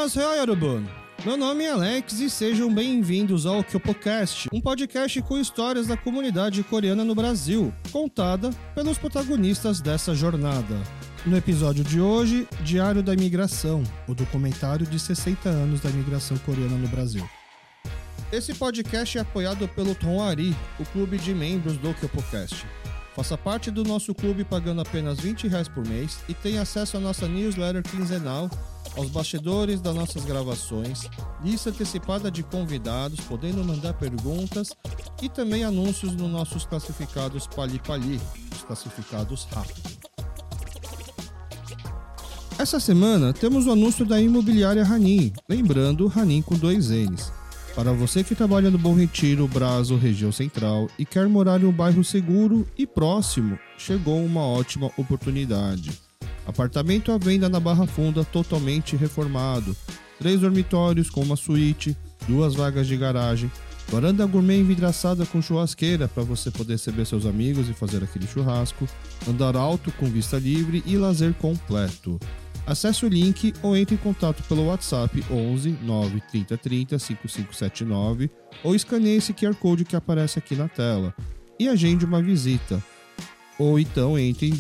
Annyeonghaseyo, Yorobun! Meu nome é Alex e sejam bem-vindos ao KyopoCast, um podcast com histórias da comunidade coreana no Brasil, contada pelos protagonistas dessa jornada. No episódio de hoje, Diário da Imigração, o documentário de 60 anos da imigração coreana no Brasil. Esse podcast é apoiado pelo Tonari, o clube de membros do KyopoCast. Faça parte do nosso clube pagando apenas R$20 por mês e tenha acesso à nossa newsletter quinzenal, aos bastidores das nossas gravações, lista antecipada de convidados, podendo mandar perguntas e também anúncios nos nossos classificados Pali Pali, os classificados rápidos. Essa semana temos o anúncio da imobiliária Hanin, lembrando Hanin com 2 N's. Para você que trabalha no Bom Retiro, Brasil, região central e quer morar em um bairro seguro e próximo, chegou uma ótima oportunidade. Apartamento à venda na Barra Funda, totalmente reformado. 3 dormitórios com uma suíte, 2 vagas de garagem, varanda gourmet envidraçada com churrasqueira para você poder receber seus amigos e fazer aquele churrasco, andar alto com vista livre e lazer completo. Acesse o link ou entre em contato pelo WhatsApp 11 9 30 30 5579 ou escaneie esse QR Code que aparece aqui na tela e agende uma visita. Ou então entre em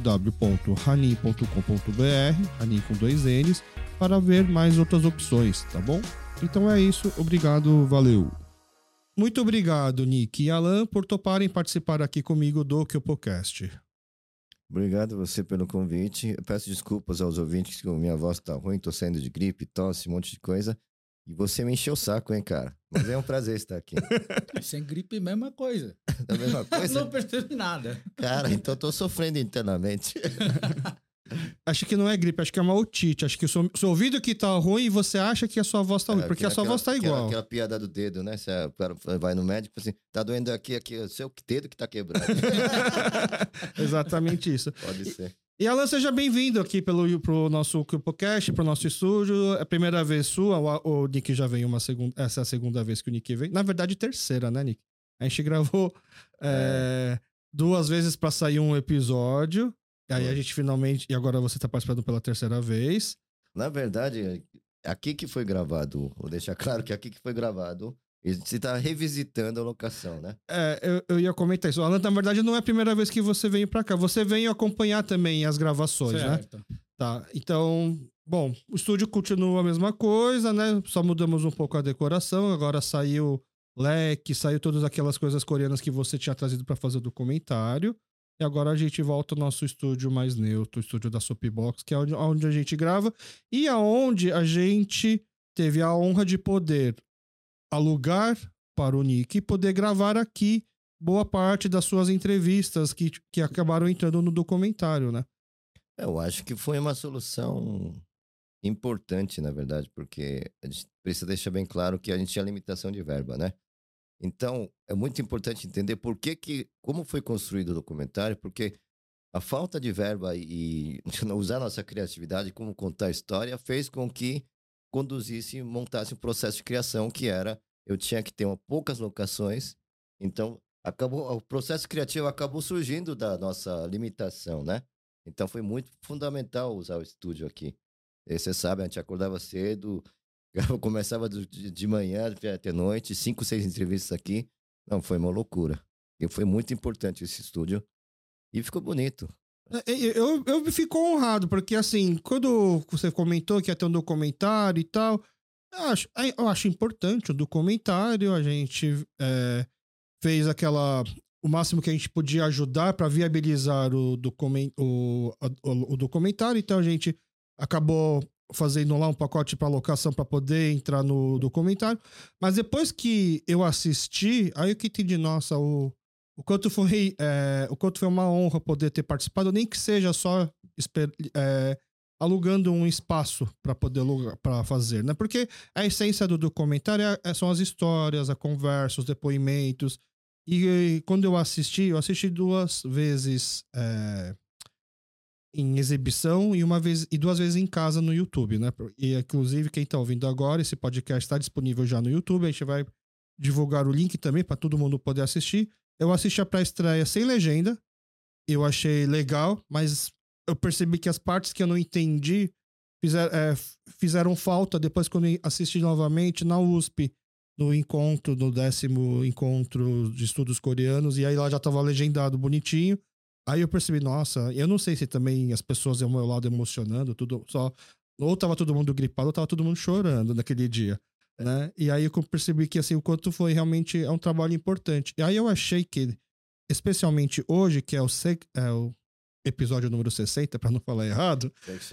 www.hanin.com.br, Hanin com 2 N's, para ver mais outras opções, tá bom? Então é isso, obrigado, valeu! Muito obrigado, Nick e Alan, por toparem participar aqui comigo do KyopoCast. Obrigado você pelo convite. Eu peço desculpas aos ouvintes que minha voz tá ruim, tô saindo de gripe, tosse, um monte de coisa. E você me encheu o saco, hein, cara? Mas é um prazer estar aqui. Sem gripe, mesma coisa. É a mesma coisa? Não percebo nada. Cara, então eu tô sofrendo internamente. Acho que não é gripe, acho que é uma otite. Acho que o seu ouvido que tá ruim e você acha que a sua voz tá ruim, porque a sua voz tá igual. Aquela piada do dedo, né? Você vai no médico e fala assim, tá doendo aqui, o seu dedo que tá quebrado. Exatamente isso. Pode ser. E Alan, seja bem-vindo aqui pro nosso KyopoCast, pro nosso estúdio. É a primeira vez sua, o Nick já veio essa é a segunda vez que o Nick veio. Na verdade, terceira, né, Nick? A gente gravou 2 vezes pra sair um episódio. E aí a gente finalmente... E agora você tá participando pela terceira vez. Na verdade, aqui que foi gravado, vou deixar claro que aqui que foi gravado, e você tá revisitando a locação, né? Eu ia comentar isso. Alan, na verdade, não é a primeira vez que você veio pra cá. Você veio acompanhar também as gravações, certo, né? Tá, então... Bom, o estúdio continua a mesma coisa, né? Só mudamos um pouco a decoração. Agora saiu leque, saiu todas aquelas coisas coreanas que você tinha trazido pra fazer o documentário. E agora a gente volta ao nosso estúdio mais neutro, o estúdio da Soapbox, que é onde a gente grava. E aonde a gente teve a honra de poder alugar para o Nick e poder gravar aqui boa parte das suas entrevistas que acabaram entrando no documentário, né? Eu acho que foi uma solução importante, na verdade, porque a gente precisa deixar bem claro que a gente tinha limitação de verba, né? Então, é muito importante entender como foi construído o documentário, porque a falta de verba e usar nossa criatividade, como contar a história, fez com que montasse um processo de criação eu tinha que ter poucas locações, então o processo criativo acabou surgindo da nossa limitação, né? Então foi muito fundamental usar o estúdio aqui. E você sabe, a gente acordava cedo, começava de manhã até noite, 5, 6 entrevistas aqui. Não, foi uma loucura. E foi muito importante esse estúdio. E ficou bonito. Eu fico honrado, porque assim, quando você comentou que ia ter um documentário e tal, eu acho importante o documentário. A gente fez o máximo que a gente podia ajudar para viabilizar o documentário. Então a gente acabou fazendo lá um pacote para locação para poder entrar no documentário. Mas depois que eu assisti, aí eu que entendi, nossa, o quanto foi uma honra poder ter participado, nem que seja só alugando um espaço para poder para fazer, né? Porque a essência do documentário são as histórias, a conversa, os depoimentos. E quando eu assisti 2 vezes em exibição e 2 vezes em casa no YouTube, né? E inclusive quem tá ouvindo agora, esse podcast está disponível já no YouTube, a gente vai divulgar o link também para todo mundo poder assistir. Eu assisti a pré-estreia sem legenda, eu achei legal, mas eu percebi que as partes que eu não entendi fizeram falta depois quando eu assisti novamente na USP, no 10º encontro de estudos coreanos, e aí lá já tava legendado bonitinho. Aí eu percebi, nossa, eu não sei se também as pessoas ao meu lado emocionando, tudo só. Ou tava todo mundo gripado, ou tava todo mundo chorando naquele dia, né? E aí eu percebi que, assim, o quanto foi realmente um trabalho importante. E aí eu achei que, especialmente hoje, que é o episódio número 60, para não falar errado.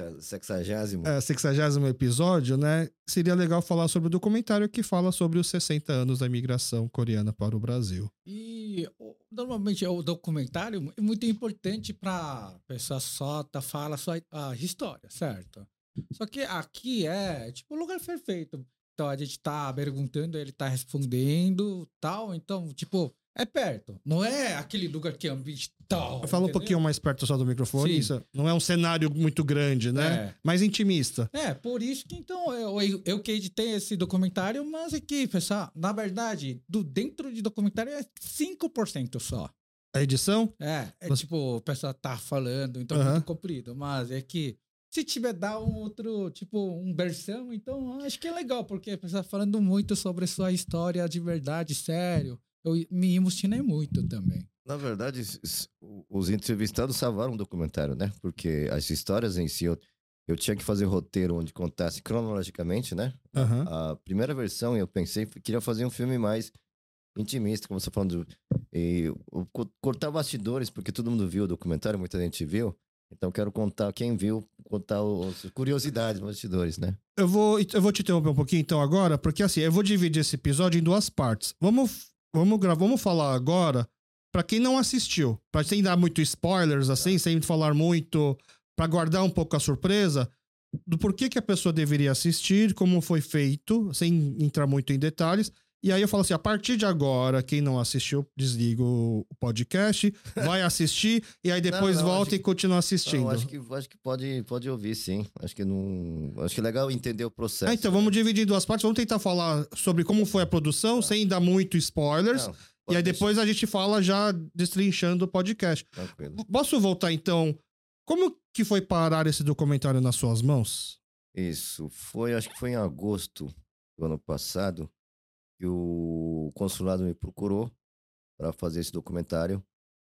60º episódio, né? Seria legal falar sobre o documentário que fala sobre os 60 anos da imigração coreana para o Brasil. E normalmente o documentário é muito importante para a pessoa fala a história, certo? Só que aqui é tipo o lugar perfeito. Então a gente tá perguntando, ele tá respondendo, tal. Então, tipo, é perto. Não é aquele lugar que é ambiente tal. Fala um pouquinho mais perto só do microfone. Isso não é um cenário muito grande, né? Mais intimista. Por isso que então eu que editei esse documentário, mas aqui, pessoal, na verdade, dentro de documentário é 5% só. A edição? Tipo, o pessoal tá falando, então é muito comprido, mas é que se tiver dar um outro, tipo, versão, então acho que é legal, porque a pessoa falando muito sobre sua história de verdade, sério. Eu me emocionei muito também. Na verdade, os entrevistados salvaram o documentário, né? Porque as histórias em si, eu tinha que fazer roteiro onde contasse cronologicamente, né? A primeira versão, eu pensei, queria fazer um filme mais intimista, como você tá falando. Cortar bastidores, porque todo mundo viu o documentário, muita gente viu. Então, quero contar, quem viu, contar as curiosidades dos bastidores, né? Eu vou te interromper um pouquinho, então, agora, porque assim, eu vou dividir esse episódio em duas partes. Vamos falar agora, pra quem não assistiu, pra sem dar muito spoilers, assim, sem falar muito, pra guardar um pouco a surpresa, do porquê que a pessoa deveria assistir, como foi feito, sem entrar muito em detalhes. E aí eu falo assim, a partir de agora, quem não assistiu, desliga o podcast, vai assistir, e aí depois volta e continua assistindo. Não, acho que pode ouvir, sim. Acho que é legal entender o processo. Então, vamos dividir em duas partes. Vamos tentar falar sobre como foi a produção, sem dar muito spoilers. E aí depois a gente fala já destrinchando o podcast. Tranquilo. Posso voltar, então? Como que foi parar esse documentário nas suas mãos? Isso. Acho que foi em agosto do ano passado que o consulado me procurou para fazer esse documentário.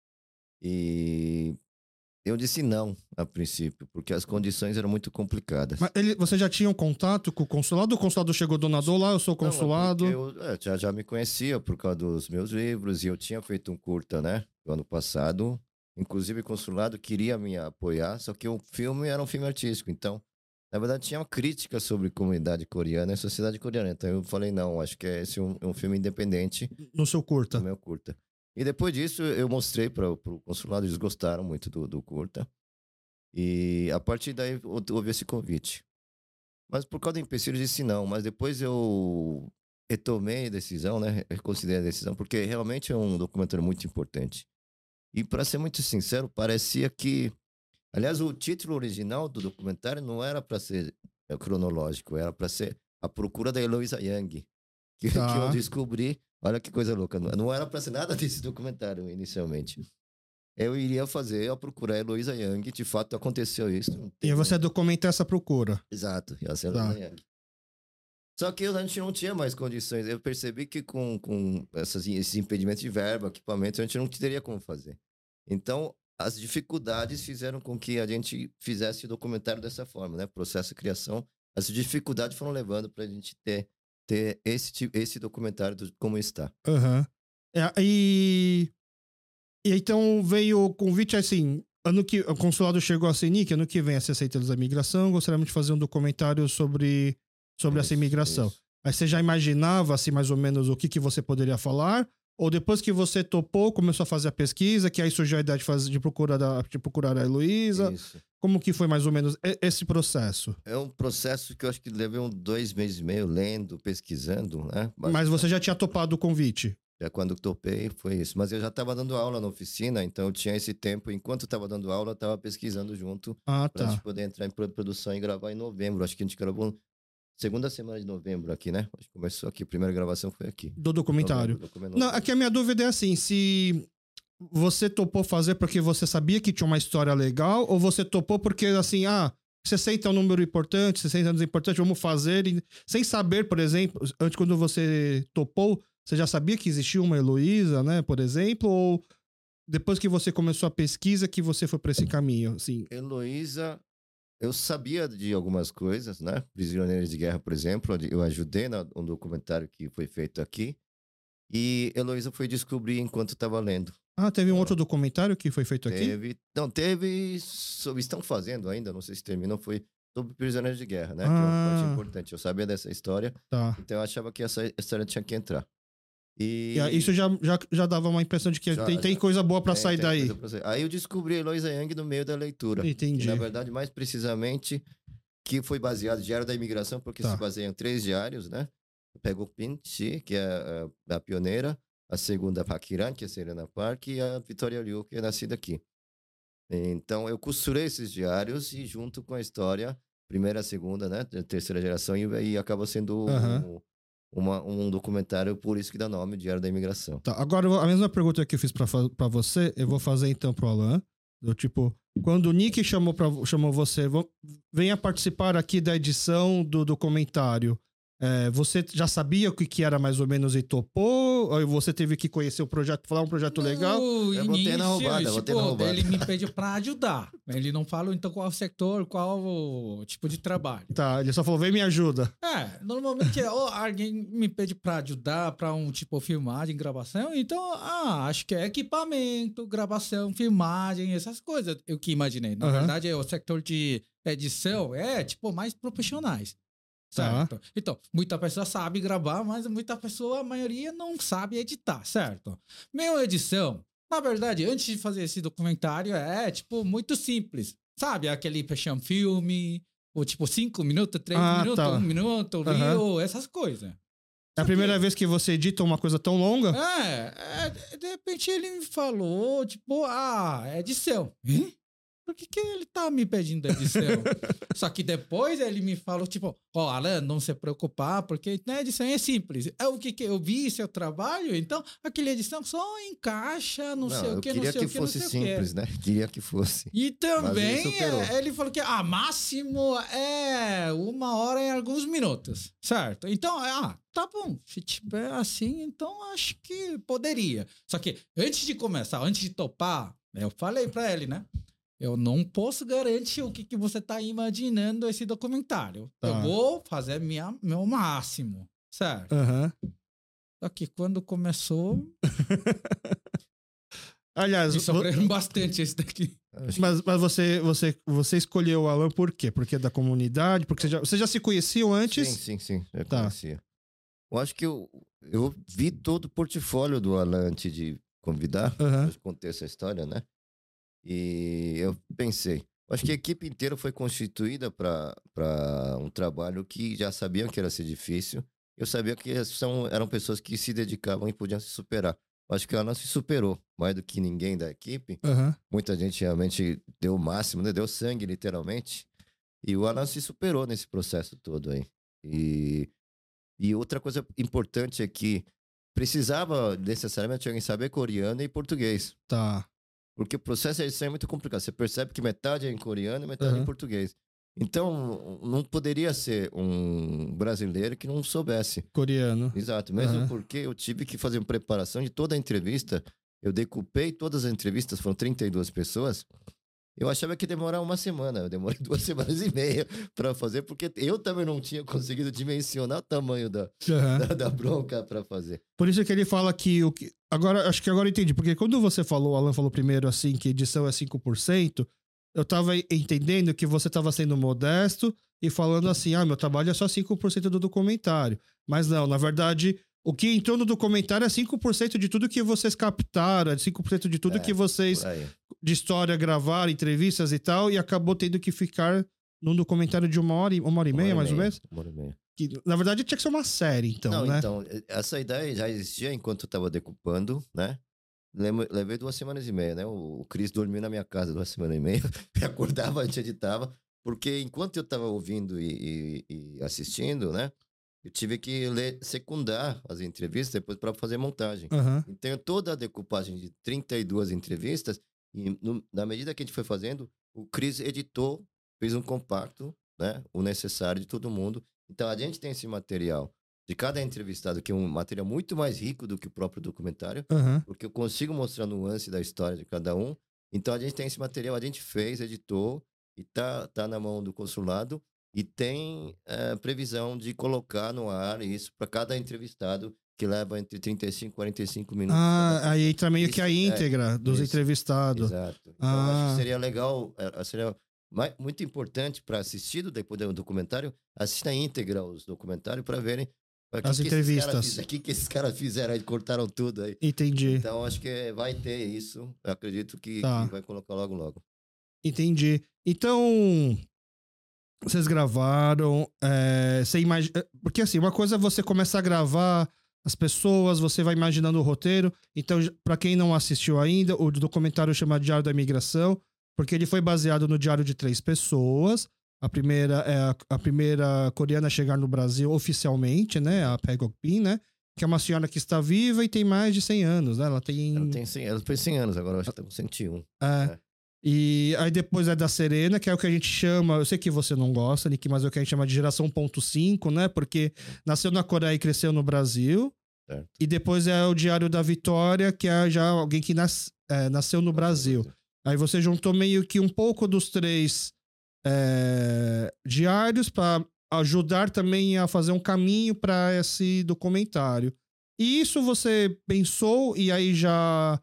E eu disse não, a princípio, porque as condições eram muito complicadas. Mas você já tinha um contato com o consulado? O consulado chegou do nada, lá, eu sou consulado. Eu já me conhecia por causa dos meus livros, e eu tinha feito um curta, né, no ano passado. Inclusive, o consulado queria me apoiar, só que o filme era um filme artístico, então, na verdade, tinha uma crítica sobre comunidade coreana e sociedade coreana. Então, eu falei, não, acho que esse é um filme independente. No seu curta? No meu curta. E depois disso, eu mostrei para o consulado, eles gostaram muito do curta. E a partir daí, houve esse convite. Mas por causa do empecilho, eu disse não. Mas depois eu retomei a decisão, né? Reconsiderei a decisão, porque realmente é um documentário muito importante. E para ser muito sincero, parecia que... Aliás, o título original do documentário não era para ser cronológico, era para ser A Procura da Heloísa Yang, que eu descobri. Olha que coisa louca. Não era para ser nada desse documentário inicialmente. Eu iria fazer a procurar a Heloísa Yang, de fato aconteceu isso. E você documenta essa procura. Exato, ia ser a Heloísa Yang. Só que a gente não tinha mais condições. Eu percebi que com esses impedimentos de verba, equipamentos, a gente não teria como fazer. Então, as dificuldades fizeram com que a gente fizesse o documentário dessa forma, né? Processo de criação. As dificuldades foram levando para a gente ter esse documentário como está. E então veio o convite assim, o consulado chegou a CENIC, ano que vem a 60 anos da imigração, gostaríamos de fazer um documentário sobre essa imigração. Isso. Aí você já imaginava assim mais ou menos o que você poderia falar? Ou depois que você topou, começou a fazer a pesquisa, que aí surgiu a ideia de procurar a Heloísa? Isso. Como que foi mais ou menos esse processo? É um processo que eu acho que levei 2 meses e meio lendo, pesquisando, né? Mas você já tinha topado o convite? Já quando topei, foi isso. Mas eu já estava dando aula na oficina, então eu tinha esse tempo. Enquanto eu estava dando aula, eu estava pesquisando junto. Pra gente poder entrar em produção e gravar em novembro. Acho que a gente gravou... Segunda semana de novembro aqui, né? Acho que começou aqui. A primeira gravação foi aqui. Do documentário. Não, aqui a minha dúvida é assim, se você topou fazer porque você sabia que tinha uma história legal, ou você topou porque, assim, 60 é um número importante, 60 anos é importante, vamos fazer. Sem saber, por exemplo, antes quando você topou, você já sabia que existia uma Heloísa, né, por exemplo? Ou depois que você começou a pesquisa que você foi para esse caminho, assim? Heloísa, eu sabia de algumas coisas, né? Prisioneiros de Guerra, por exemplo, eu ajudei um documentário que foi feito aqui. E Heloísa foi descobrir enquanto estava lendo. Ah, teve um outro documentário que foi feito aqui? Teve, estão fazendo ainda, não sei se terminou, foi sobre prisioneiros de guerra, né? Que é uma parte importante. Eu sabia dessa história, então eu achava que essa história tinha que entrar. E isso já dava uma impressão de que tem coisa boa para sair daí. Aí eu descobri Heloísa Yang no meio da leitura. Entendi. Que, na verdade, mais precisamente, que foi baseado no Diário da Imigração, porque se baseiam 3 diários, né? Pego Pinchi, que é a pioneira, a segunda a Paquiran, que é a Serena Park, e a Vitória Liu, que é nascida aqui. Então, eu costurei esses diários e junto com a história, primeira, segunda, né? Terceira geração, e acaba sendo um documentário, por isso que dá nome, Diário da Imigração. Tá, agora, a mesma pergunta que eu fiz pra você, eu vou fazer então pro Alan. Tipo, quando o Nick chamou você, venha participar aqui da edição do documentário. Você já sabia o que era mais ou menos e topou? Ou você teve que conhecer o projeto, falar um projeto legal? Eu votei na roubada, Ele me pediu pra ajudar. Ele não falou então qual setor, qual tipo de trabalho. Tá, ele só falou, vem me ajuda. Normalmente alguém me pede pra ajudar pra um tipo filmagem, gravação. Então, acho que é equipamento, gravação, filmagem, essas coisas. Eu que imaginei. Na verdade, o setor de edição é tipo mais profissionais. Certo? Então, muita pessoa sabe gravar, mas a maioria não sabe editar, certo? Minha edição, na verdade, antes de fazer esse documentário, tipo, muito simples. Sabe? Aquele fecham filme, ou tipo 5 minutos, 3 minutos, 1 minuto, Rio, essas coisas. É a primeira vez que você edita uma coisa tão longa? De repente ele me falou, tipo, edição. Por que ele tá me pedindo edição? Só que depois ele me falou, tipo, Alan, não se preocupar, porque na edição é simples. É o que eu vi seu trabalho, então aquela edição só encaixa, não sei o que, não sei o que. Queria que fosse simples, né? Queria que fosse. E também ele falou que máximo é 1 hora e alguns minutos, certo? Então, tá bom, se tiver assim, então acho que poderia. Só que antes de começar, antes de topar, eu falei pra ele, né? Eu não posso garantir o que você tá imaginando esse documentário. Eu vou fazer meu máximo, certo? Só que quando começou... Aliás... Me sofreram bastante esse daqui. Mas você escolheu o Alan por quê? Porque é da comunidade? Porque você já se conheciam antes? Sim. Eu conhecia. Eu acho que eu vi todo o portfólio do Alan antes de convidar. Eu contei essa história, né? E eu pensei, acho que a equipe inteira foi constituída para um trabalho que já sabiam que ia ser difícil. Eu sabia que eram pessoas que se dedicavam e podiam se superar. Acho que ela não se superou mais do que ninguém da equipe. Muita gente realmente deu o máximo, né? Deu sangue, literalmente. E o Alan se superou nesse processo todo aí. E outra coisa importante é que precisava necessariamente alguém saber coreano e português. Porque o processo de edição é muito complicado. Você percebe que metade é em coreano e metade é em português. Então, não poderia ser um brasileiro que não soubesse coreano. Exato. Mesmo porque eu tive que fazer uma preparação de toda a entrevista. Eu decupei todas as entrevistas, foram 32 pessoas. Eu achava que ia demorar 1 semana. Eu demorei 2 semanas e meia para fazer, porque eu também não tinha conseguido dimensionar o tamanho da bronca para fazer. Por isso que ele fala que acho que agora eu entendi. Porque quando você falou, o Alan falou primeiro assim, que edição é 5%, eu tava entendendo que você tava sendo modesto e falando assim, meu trabalho é só 5% do documentário. Mas não, na verdade, o que entrou no documentário é 5% de tudo que vocês captaram, é 5% de tudo que vocês, de história, gravaram, entrevistas e tal, e acabou tendo que ficar num documentário de 1 hora e meia, mais ou menos? 1 hora e meia. Que, na verdade, tinha que ser uma série, então, né? Então, essa ideia já existia enquanto eu tava decupando, né? Levei 2 semanas e meia, né? O Chris dormiu na minha casa 2 semanas e meia, acordava, a gente editava, porque enquanto eu tava ouvindo e assistindo, né? Eu tive que secundar as entrevistas depois para fazer montagem. Então, toda a decupagem de 32 entrevistas, e na medida que a gente foi fazendo, o Chris editou fez um compacto, né? O necessário de todo mundo. Então, a gente tem esse material de cada entrevistado, que é um material muito mais rico do que o próprio documentário, Aham. porque eu consigo mostrar nuance da história de cada um. Então, a gente tem esse material, a gente fez, editou, e tá na mão do consulado, e tem previsão de colocar no ar isso para cada entrevistado, que leva entre 35 e 45 minutos. Aí entra meio que a Isso, íntegra dos isso. entrevistados. Exato. Então, acho que seria legal, seria muito importante para assistir depois do documentário, assistir a íntegra os documentários para verem As entrevistas. o que esses caras fizeram aí, cortaram tudo aí. Entendi. Então, acho que vai ter isso. Eu acredito que vai colocar logo, logo. Entendi. Então, vocês gravaram, você imagina... Porque assim, uma coisa é você começar a gravar as pessoas, você vai imaginando o roteiro. Então, para quem não assistiu ainda, o documentário chama Diário da Imigração, porque ele foi baseado no diário de 3 pessoas. A primeira é a primeira coreana a chegar no Brasil oficialmente, né? A Pae Gok-bin, né? Que é uma senhora que está viva e tem mais de 100 anos, né? Ela fez 100 anos, agora acho que está com 101. Né? E aí depois é da Serena, que é o que a gente chama... Eu sei que você não gosta, Nick, mas é o que a gente chama de geração 1.5, né? Porque nasceu na Coreia e cresceu no Brasil. Certo. E depois é o Diário da Vitória, que é já alguém que nasceu no Brasil. Aí você juntou meio que um pouco dos 3 diários para ajudar também a fazer um caminho para esse documentário. E isso você pensou e aí já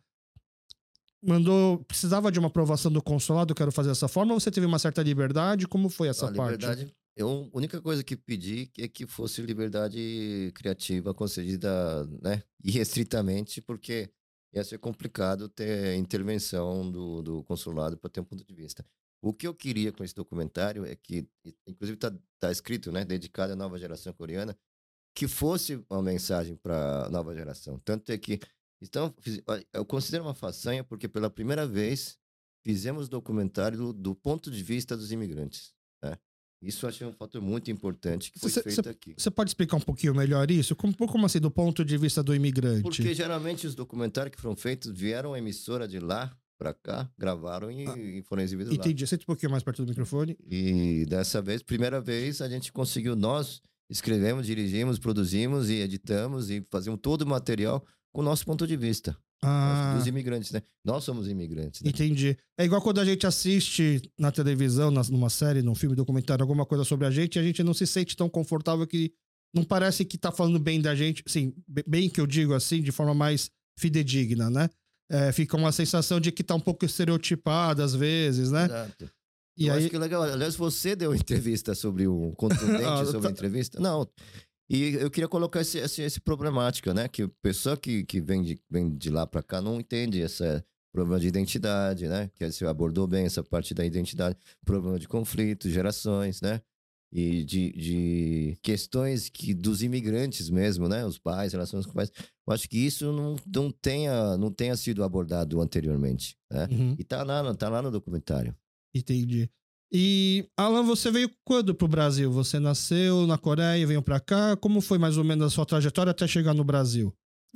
precisava de uma aprovação do consulado, quero fazer dessa forma, ou você teve uma certa liberdade? Como foi essa parte? Liberdade, a única coisa que pedi é que fosse liberdade criativa concedida, né, irrestritamente, porque ia ser complicado ter intervenção do consulado para ter um ponto de vista. O que eu queria com esse documentário é que, inclusive tá escrito, né, dedicado à nova geração coreana, que fosse uma mensagem para a nova geração. Tanto é que então, eu considero uma façanha porque pela primeira vez fizemos documentário do ponto de vista dos imigrantes, né? Isso eu achei um fator muito importante que foi feito aqui. Você pode explicar um pouquinho melhor isso? Como assim, do ponto de vista do imigrante? Porque geralmente os documentários que foram feitos vieram a emissora de lá para cá, gravaram e foram exibidos lá. Entendi. Senta um pouquinho mais perto do microfone. E dessa vez, primeira vez, a gente conseguiu, nós escrevemos, dirigimos, produzimos e editamos e fazíamos todo o material com o nosso ponto de vista. Dos imigrantes, né? Nós somos imigrantes. Né? Entendi. É igual quando a gente assiste na televisão, numa série, num filme, documentário, alguma coisa sobre a gente não se sente tão confortável que não parece que tá falando bem da gente, assim, bem que eu digo assim, de forma mais fidedigna, né? Fica uma sensação de que tá um pouco estereotipado às vezes, né? Exato. E eu acho que é legal. Aliás, você deu entrevista sobre o contundente sobre a entrevista. Não. E eu queria colocar esse problemática, né? Que a pessoa que vem de lá para cá não entende esse problema de identidade, né? Que você abordou bem essa parte da identidade, problema de conflito, gerações, né? E de questões dos imigrantes mesmo, né? Os pais, relações com os pais. Eu acho que isso não tenha sido abordado anteriormente, né? Uhum. E tá lá no documentário. Entendi. E, Alan, você veio quando pro Brasil? Você nasceu na Coreia, veio pra cá? Como foi mais ou menos a sua trajetória até chegar no Brasil?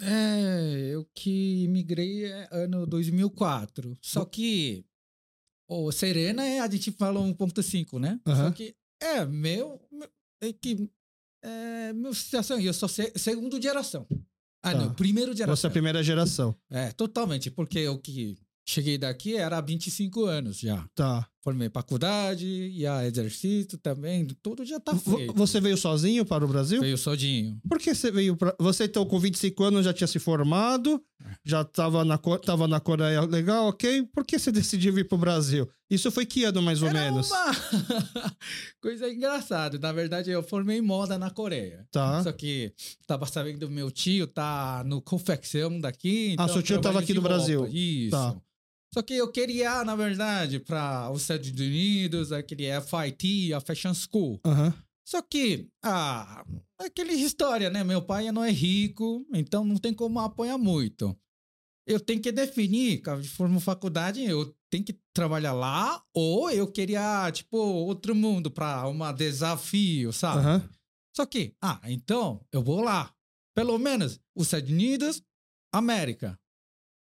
Eu que imigrei ano 2004. Só que o Serena a gente falou 1.5, né? Uhum. Só que meu situação, eu sou segunda geração. Não, primeira geração. Você é a primeira geração. Totalmente, porque eu que cheguei daqui era há 25 anos já. Tá. Formei faculdade, exercício também, tudo já tá feito. Você veio sozinho para o Brasil? Veio sozinho. Por que você veio Você então com 25 anos já tinha se formado, já tava na Coreia, legal, ok? Por que você decidiu vir pro Brasil? Isso foi que ano mais ou menos? Uma coisa engraçada. Na verdade, eu formei moda na Coreia. Tá. Só que tava sabendo meu tio tá no confecção daqui. Então seu tio tava aqui no Brasil. Isso. Tá. Só que eu queria, na verdade, para os Estados Unidos, aquele FIT, a Fashion School. Uhum. Só que, aquela história, né? Meu pai não é rico, então não tem como apoiar muito. Eu tenho que definir, de forma faculdade, eu tenho que trabalhar lá, ou eu queria, outro mundo para um desafio, sabe? Uhum. Só que, então, eu vou lá. Pelo menos, os Estados Unidos, América.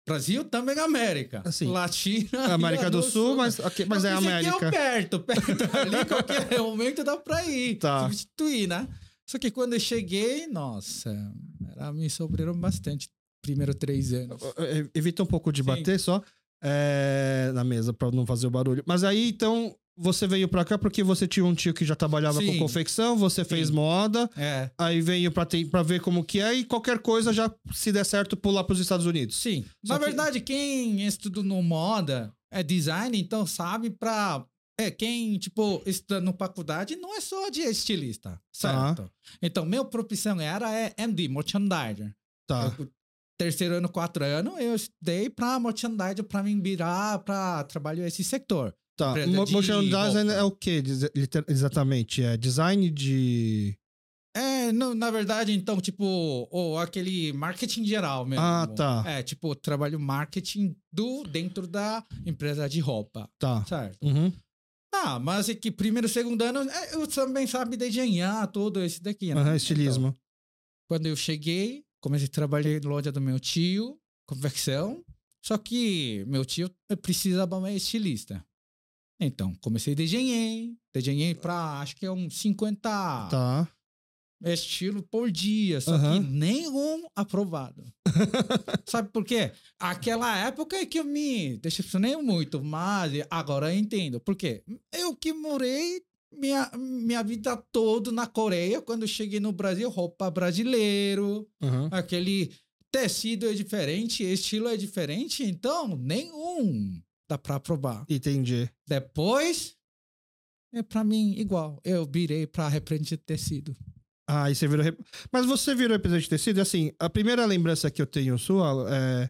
Brasil também é América. Assim, Latina. América do Sul, mas é América. Aqui é perto ali, qualquer momento dá pra ir. Tá. Substituir, né? Só que quando eu cheguei, nossa, me sofreram bastante. Primeiro 3 anos. Evita um pouco de bater só na mesa pra não fazer o barulho. Mas aí, então, você veio pra cá porque você tinha um tio que já trabalhava com confecção, você fez moda, aí veio pra ver como que é e qualquer coisa já, se der certo, pular pros Estados Unidos. Sim. Na verdade, quem estuda no moda é design, então sabe quem, tipo, estuda na faculdade não é só de estilista, certo? Então, minha profissão era MD, merchandiser. Tá. Terceiro ano, 4 anos, eu estudei pra merchandising, pra me virar pra trabalhar esse setor. Tá, merchandising é o que exatamente? É design de... Na verdade, então, tipo, aquele marketing geral mesmo. Ah, tá. Tipo, trabalho marketing dentro da empresa de roupa. Tá. Certo? Uhum. Mas é que primeiro, segundo ano, eu também sabe desenhar tudo esse daqui, né? Estilismo. Então, quando eu cheguei, comecei a trabalhar na loja do meu tio, confecção. Só que meu tio precisava mais estilista. Então, comecei a desenhei pra, acho que é uns 50 estilos por dia, só que nenhum aprovado. Sabe por quê? Aquela época é que eu me decepcionei muito, mas agora eu entendo. Por quê? Eu que morei minha vida toda na Coreia, quando eu cheguei no Brasil, roupa brasileiro, aquele tecido é diferente, estilo é diferente, então nenhum dá pra aprovar. Entendi. Depois, pra mim igual, eu virei pra representante de tecido. E você virou... Mas você virou representante de tecido, assim, a primeira lembrança que eu tenho sua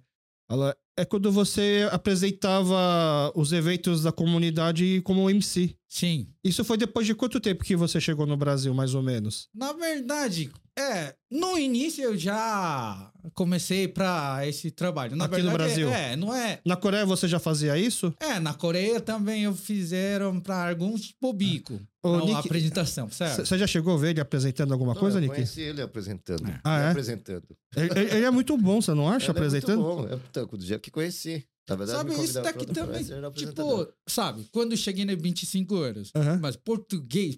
é quando você apresentava os eventos da comunidade como MC. Sim. Isso foi depois de quanto tempo que você chegou no Brasil, mais ou menos? Na verdade, no início eu já comecei pra esse trabalho. Na Aqui verdade, no Brasil? Não é... Na Coreia você já fazia isso? Na Coreia também eu fizeram pra alguns público. Nick, apresentação, certo? Você já chegou a ver ele apresentando alguma coisa, Nick? Eu conheci ele apresentando. Apresentando. Ele é muito bom, você não acha, apresentando? É muito bom. Do dia que conheci. Na verdade, sabe, isso daqui também, tipo, sabe, quando eu cheguei nos 25 anos, mas português,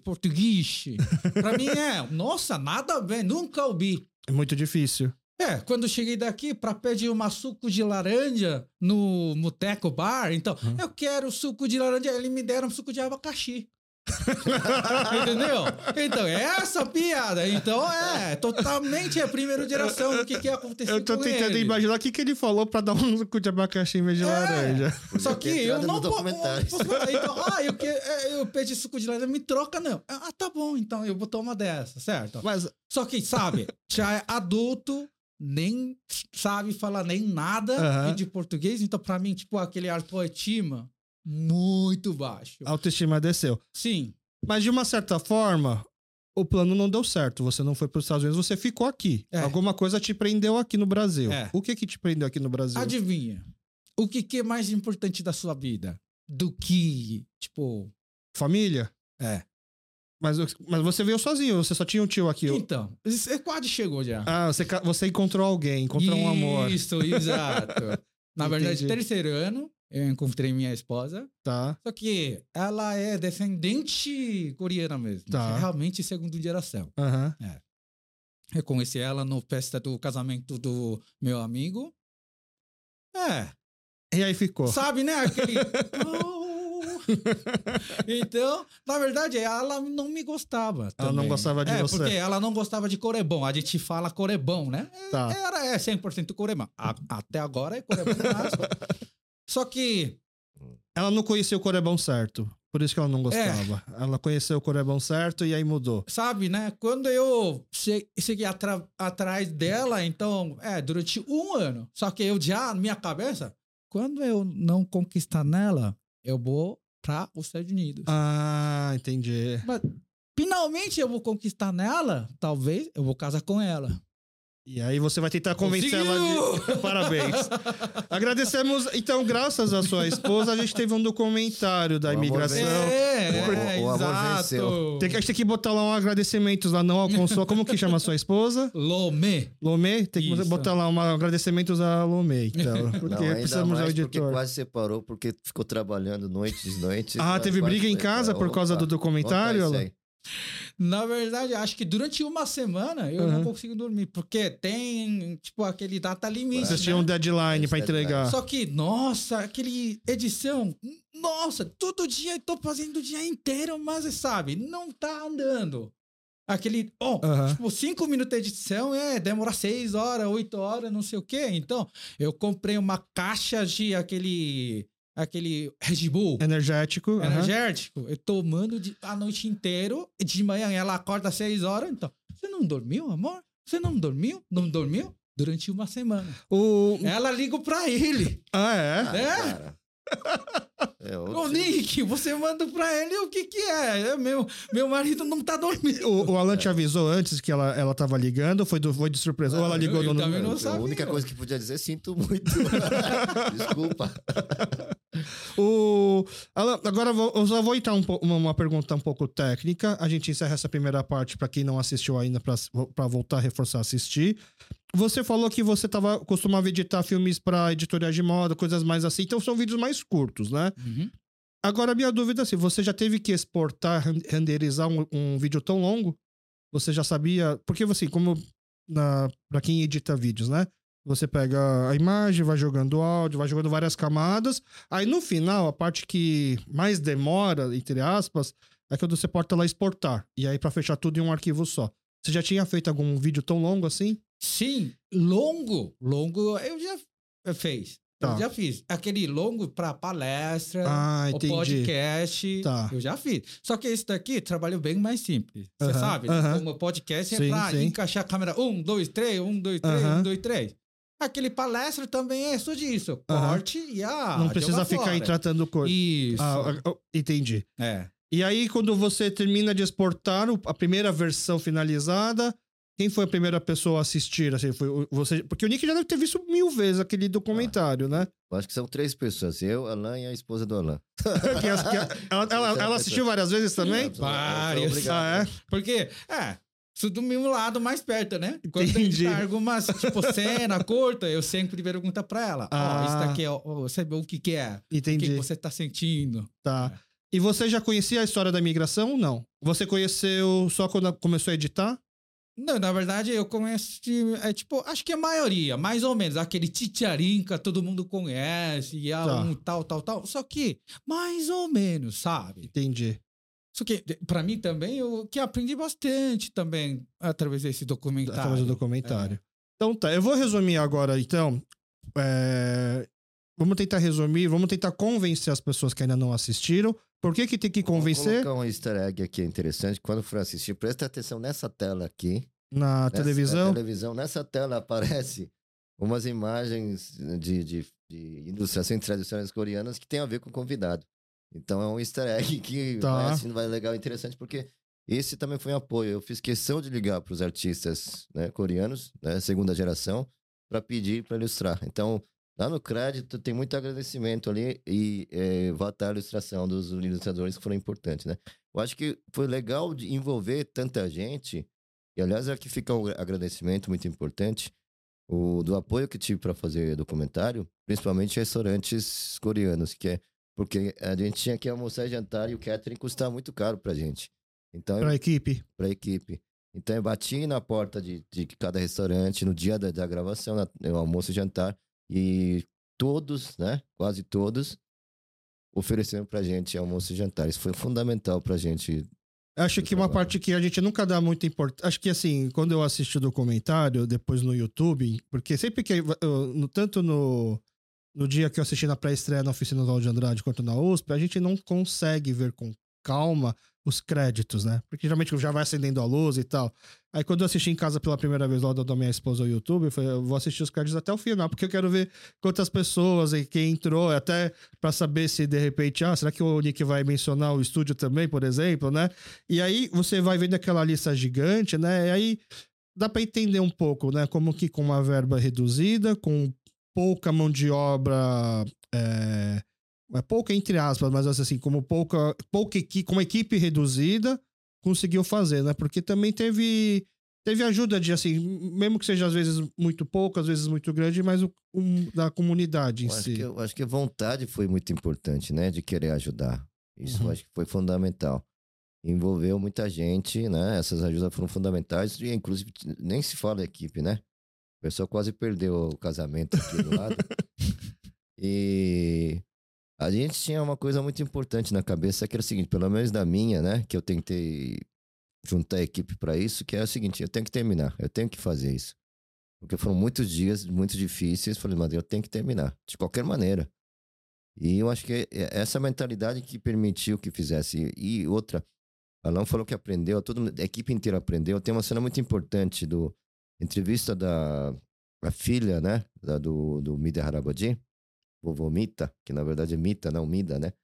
pra mim nossa, nada a ver, nunca ouvi. É muito difícil. Quando eu cheguei daqui pra pedir uma suco de laranja no Boteco Bar, então, eu quero suco de laranja, eles me deram suco de abacaxi. Entendeu? Então, essa piada. Então, totalmente a primeira geração do que aconteceu com ele. Eu tô tentando imaginar o que ele falou pra dar um suco de abacaxi em vez de laranja. Só que eu não posso. Então, eu pedi suco de laranja, me troca, não. Tá bom, então eu vou tomar dessa, certo? Mas... Só que, sabe, já é adulto, nem sabe falar nem nada de português, então pra mim, tipo, aquele autoestima muito baixo. A autoestima desceu. Sim. Mas de uma certa forma, o plano não deu certo. Você não foi para os Estados Unidos, você ficou aqui. Alguma coisa te prendeu aqui no Brasil. O que te prendeu aqui no Brasil? Adivinha. O que é mais importante da sua vida? Do que, tipo... Família? Mas você veio sozinho, você só tinha um tio aqui. Então, você quase chegou já. Você encontrou alguém, encontrou um amor. Isso, exato. Na verdade, terceiro ano, eu encontrei minha esposa. Tá. Só que ela é descendente coreana mesmo. Tá. Realmente segunda geração. Eu conheci ela no festa do casamento do meu amigo. E aí ficou. Sabe, né? Aquele... Então, na verdade, ela não me gostava também. Ela não gostava de você. Porque ela não gostava de corebão. A gente fala corebão, né? Tá. Era 100% corebão. Até agora é corebão. Só que... Ela não conhecia o corebão certo. Por isso que ela não gostava. Ela conheceu o corebão certo e aí mudou. Sabe, né? Quando eu segui atrás dela, então, durante 1 ano. Só que eu já, na minha cabeça, quando eu não conquistar nela, eu vou para os Estados Unidos. Entendi. Mas finalmente eu vou conquistar nela, talvez eu vou casar com ela. E aí você vai tentar convencer ela de... Parabéns. Agradecemos. Então, graças à sua esposa, a gente teve um documentário da imigração. O amor exato. venceu. A gente tem que botar lá um agradecimentos lá, não ao consolo. Como que chama a sua esposa? Lomé. Lomé? Tem que Isso. botar lá um agradecimentos a Lomé, então. Porque Não, ainda precisamos mais do porque editor. quase separou, porque ficou trabalhando noites. Ah, teve Quase briga em foi- casa por causa do Opa, documentário? conta isso Alan? aí. Na verdade, acho que durante uma semana eu não consigo dormir, porque tem, tipo, aquele data limite, Vocês né? tinham um deadline pra entregar. Só que, nossa, aquele edição, nossa, todo dia eu tô fazendo o dia inteiro, mas sabe, não tá andando. Aquele, tipo, 5 minutos de edição, demora 6 horas, 8 horas, não sei o quê. Então, eu comprei uma caixa de aquele Red Bull Energético. energético, eu tomando a noite inteira, de manhã ela acorda às 6 horas, então, você não dormiu, amor? Você não dormiu? Não dormiu? Durante uma semana. Ela liga pra ele. Ah, é? Cara. Ô, Nick, você manda pra ele o que é? Meu marido não tá dormindo. O Alan te avisou antes que ela tava ligando? Foi de surpresa? Ou ela ligou eu no também número? não sabia. A única coisa que podia dizer, sinto muito. Desculpa. Alan, agora eu só vou entrar uma pergunta um pouco técnica. A gente encerra essa primeira parte para quem não assistiu ainda, para voltar a reforçar assistir. Você falou que você costumava editar filmes para editoriais de moda, coisas mais assim, então são vídeos mais curtos, né? Uhum. Agora, a minha dúvida é se você já teve que exportar, renderizar um vídeo tão longo, você já sabia... Porque, assim, para quem edita vídeos, né? Você pega a imagem, vai jogando áudio, vai jogando várias camadas, aí no final, a parte que mais demora, entre aspas, é quando você porta lá exportar, e aí para fechar tudo em um arquivo só. Você já tinha feito algum vídeo tão longo assim? Sim, longo eu já fiz. Tá. Eu já fiz. Aquele longo para palestra, o entendi. podcast, Tá. eu já fiz. Só que esse daqui trabalho bem mais simples. Você sabe? Como podcast é Sim, para sim. encaixar a câmera 1, 2, 3, 1, 2, 3, 1, 2, 3. Aquele palestra também é só disso. Corte e Não precisa joga ficar fora. tratando coisa. Isso. Entendi. É. E aí, quando você termina de exportar a primeira versão finalizada, quem foi a primeira pessoa a assistir? Assim, foi você? Porque o Nick já deve ter visto 1000 vezes aquele documentário, né? Eu acho que são 3 pessoas. Eu, Alan e a esposa do Alan. Ela assistiu várias vezes também? Várias. Obrigado. Porque, isso do meu lado mais perto, né? Quando Entendi. tem algumas, tipo, cena curta, eu sempre pergunto pra ela. Isso daqui, sabe o que é? Entendi. O que você tá sentindo? Tá. E você já conhecia a história da imigração ou não? Você conheceu só quando começou a editar? Não, na verdade, eu conheci, acho que a maioria, mais ou menos, aquele Titiarinca, todo mundo conhece, e um tal. Só que, mais ou menos, sabe? Entendi. Só que, pra mim também, eu que aprendi bastante também através desse documentário. Através do documentário. Então tá, eu vou resumir agora, então. Vamos tentar resumir, vamos tentar convencer as pessoas que ainda não assistiram. Por que tem que convencer? Vou colocar um easter egg aqui interessante. Quando for assistir, presta atenção nessa tela aqui. Na televisão? Na televisão, nessa tela aparece umas imagens de ilustrações tradicionais coreanas que tem a ver com o convidado. Então é um easter egg que vai legal e interessante, porque esse também foi um apoio. Eu fiz questão de ligar para os artistas, né, coreanos, né, segunda geração, para pedir para ilustrar. Então, lá no crédito tem muito agradecimento ali e vai estar a ilustração dos ilustradores que foram importantes, né? Eu acho que foi legal de envolver tanta gente, e aliás aqui fica um agradecimento muito importante, do apoio que tive para fazer documentário, principalmente restaurantes coreanos, porque a gente tinha que almoçar e jantar e o catering custava muito caro pra gente. Então, pra equipe. Pra equipe. Então eu bati na porta de cada restaurante no dia da gravação, no almoço e jantar, e todos, né, quase todos, ofereceram pra gente almoço e jantar. Isso foi fundamental pra gente. Acho que uma parte que a gente nunca dá muita importância... Acho que, assim, quando eu assisti o documentário, depois no YouTube, porque sempre que... Tanto no dia que eu assisti na pré-estreia na oficina do Aldo Andrade quanto na USP, a gente não consegue ver com calma os créditos, né? Porque geralmente já vai acendendo a luz e tal. Aí quando eu assisti em casa pela primeira vez lá da minha esposa ao YouTube, eu falei, eu vou assistir os créditos até o final, porque eu quero ver quantas pessoas e quem entrou, até pra saber se de repente, será que o Nick vai mencionar o estúdio também, por exemplo, né? E aí você vai vendo aquela lista gigante, né? E aí dá para entender um pouco, né? Como que com uma verba reduzida, com pouca mão de obra, pouca entre aspas, mas assim, como pouca equipe, com uma equipe reduzida, conseguiu fazer, né? Porque também teve ajuda de, assim, mesmo que seja às vezes muito pouco, às vezes muito grande, mas da comunidade em si. Eu acho que a vontade foi muito importante, né? De querer ajudar. Isso eu acho que foi fundamental. Envolveu muita gente, né? Essas ajudas foram fundamentais e, inclusive, nem se fala equipe, né? O pessoal quase perdeu o casamento aqui do lado. E a gente tinha uma coisa muito importante na cabeça, que era o seguinte, pelo menos da minha, né? Que eu tentei juntar a equipe para isso, que é o seguinte, eu tenho que terminar, eu tenho que fazer isso. Porque foram muitos dias muito difíceis, falei, mas eu tenho que terminar, de qualquer maneira. E eu acho que é essa mentalidade que permitiu que fizesse. E outra, Alan falou que aprendeu, a equipe inteira aprendeu. Tem uma cena muito importante do entrevista da filha, né, do Mida Harabadi, vovô Mita, que na verdade é Mita, não Mida, né?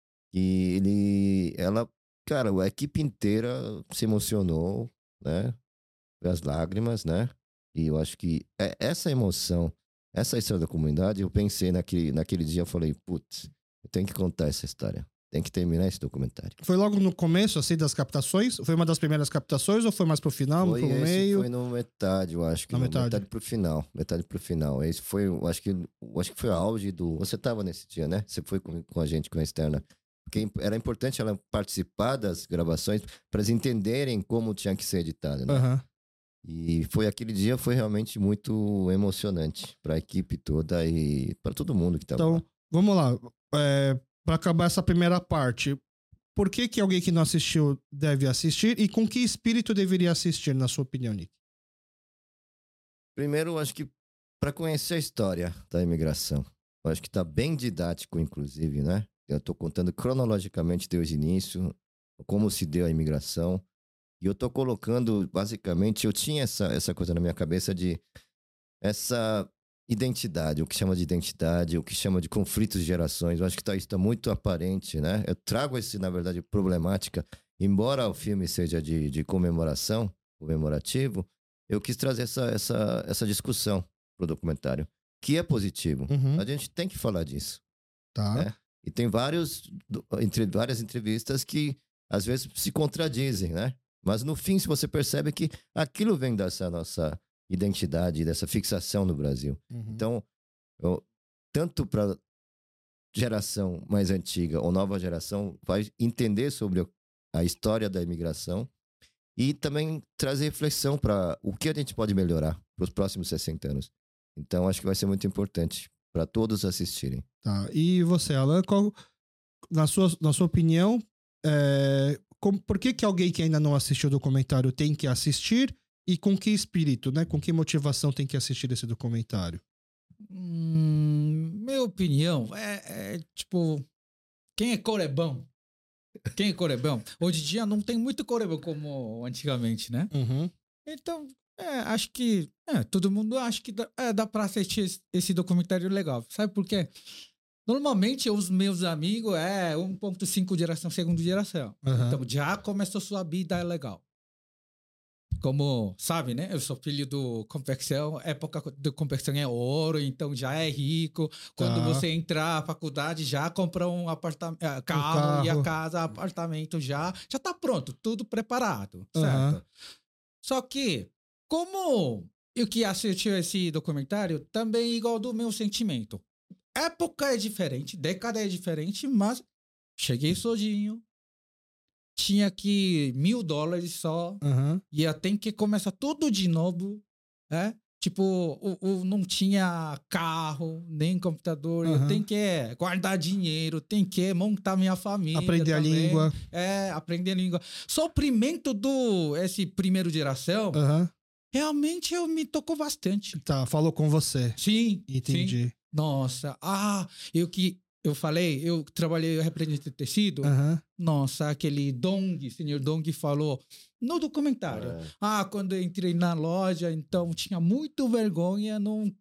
E cara, a equipe inteira se emocionou, né? As lágrimas, né? E eu acho que essa emoção, essa história da comunidade, eu pensei naquele dia, eu falei, putz, eu tenho que contar essa história. Tem que terminar esse documentário. Foi logo no começo, assim, das captações? Foi uma das primeiras captações ou foi mais pro final, pro meio? Foi no metade, eu acho. Metade pro final. Metade pro final. Esse foi, eu acho que foi o auge do... Você tava nesse dia, né? Você foi com a gente, com a externa. Porque era importante ela participar das gravações para eles entenderem como tinha que ser editada, né? Uhum. E aquele dia foi realmente muito emocionante para a equipe toda e para todo mundo que estava lá. Então, vamos lá. Para acabar essa primeira parte, por que alguém que não assistiu deve assistir e com que espírito deveria assistir, na sua opinião, Nick? Primeiro, eu acho que para conhecer a história da imigração, eu acho que está bem didático, inclusive, né? Eu estou contando cronologicamente desde o início, como se deu a imigração. E eu estou colocando, basicamente, eu tinha essa coisa na minha cabeça de essa identidade, o que chama de identidade, o que chama de conflitos de gerações. Eu acho que isso está muito aparente, né? Eu trago na verdade, problemática. Embora o filme seja de comemoração, comemorativo, eu quis trazer essa discussão pro documentário, que é positivo. Uhum. A gente tem que falar disso. Tá. Né? E tem várias entrevistas que, às vezes, se contradizem, né? Mas, no fim, se você percebe que aquilo vem dessa nossa identidade, dessa fixação no Brasil. Uhum. Então, tanto para geração mais antiga ou nova geração, vai entender sobre a história da imigração e também trazer reflexão para o que a gente pode melhorar para os próximos 60 anos. Então, acho que vai ser muito importante para todos assistirem. Tá. E você, Alan, na sua opinião, por que alguém que ainda não assistiu o documentário tem que assistir e com que espírito, né? Com que motivação tem que assistir esse documentário? Minha opinião tipo, quem é corebão? Quem é corebão? Hoje em dia não tem muito corebão como antigamente, né? Uhum. Então, acho que todo mundo acha que dá pra assistir esse documentário legal. Sabe por quê? Normalmente, os meus amigos 1.5 geração, segunda geração. Uhum. Então, já começou sua vida legal. Como, sabe, né? Eu sou filho do confecção, época de confecção é ouro, então já é rico. Quando você entrar na faculdade, já compra um apartamento, carro e a casa, apartamento já tá pronto, tudo preparado, certo? Só que, como eu que assisti esse documentário, também igual do meu sentimento. Época é diferente, década é diferente, mas cheguei sozinho. Tinha que $1.000 só. Ia ter que começar tudo de novo. Tipo, não tinha carro, nem computador. Eu tenho que guardar dinheiro, tenho que montar minha família. Aprender também. A língua. Aprender a língua. Sofrimento essa primeira geração, realmente me tocou bastante. Tá, falou com você. Sim. Entendi. Sim. Nossa, eu falei, eu trabalhei representante de tecido. Nossa, aquele senhor Dong falou no documentário. Quando eu entrei na loja, então tinha muito vergonha.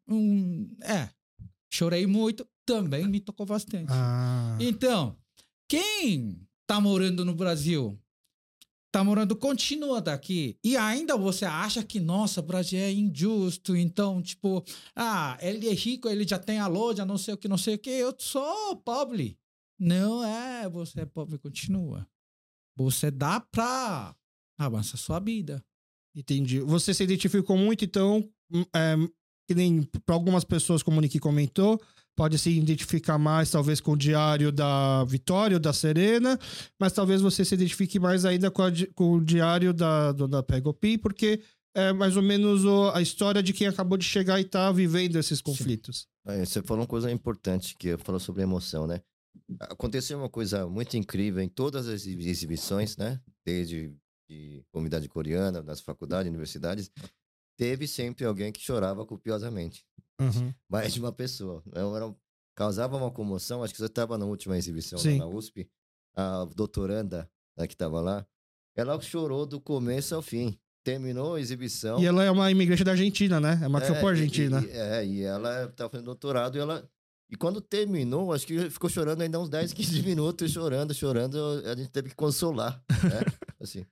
Chorei muito, também me tocou bastante. Então, quem tá morando no Brasil, tá morando, continua daqui. E ainda você acha que, nossa, o Brasil é injusto. Então, tipo, ele é rico, ele já tem a loja, não sei o que, não sei o que. Eu sou pobre. Não é, você é pobre, continua. Você dá pra avançar sua vida. Entendi. Você se identificou muito, então, que nem para algumas pessoas, como o Nick comentou, pode se identificar mais, talvez, com o Diário da Vitória ou da Serena, mas talvez você se identifique mais ainda com o Diário da Pegopi, porque é mais ou menos a história de quem acabou de chegar e tá vivendo esses conflitos. Você falou uma coisa importante, que falou sobre emoção, né? Aconteceu uma coisa muito incrível em todas as exibições, né? Desde de comunidade coreana, nas faculdades, universidades, teve sempre alguém que chorava copiosamente. Uhum. Mais de uma pessoa. Causava uma comoção. Acho que você estava na última exibição lá na USP. A doutoranda que estava lá, ela chorou do começo ao fim. Terminou a exibição. E ela é uma imigrante da Argentina, né? É uma que foi pra Argentina. E ela estava fazendo doutorado e quando terminou, acho que ficou chorando ainda uns 10, 15 minutos, chorando. A gente teve que consolar, né? Assim.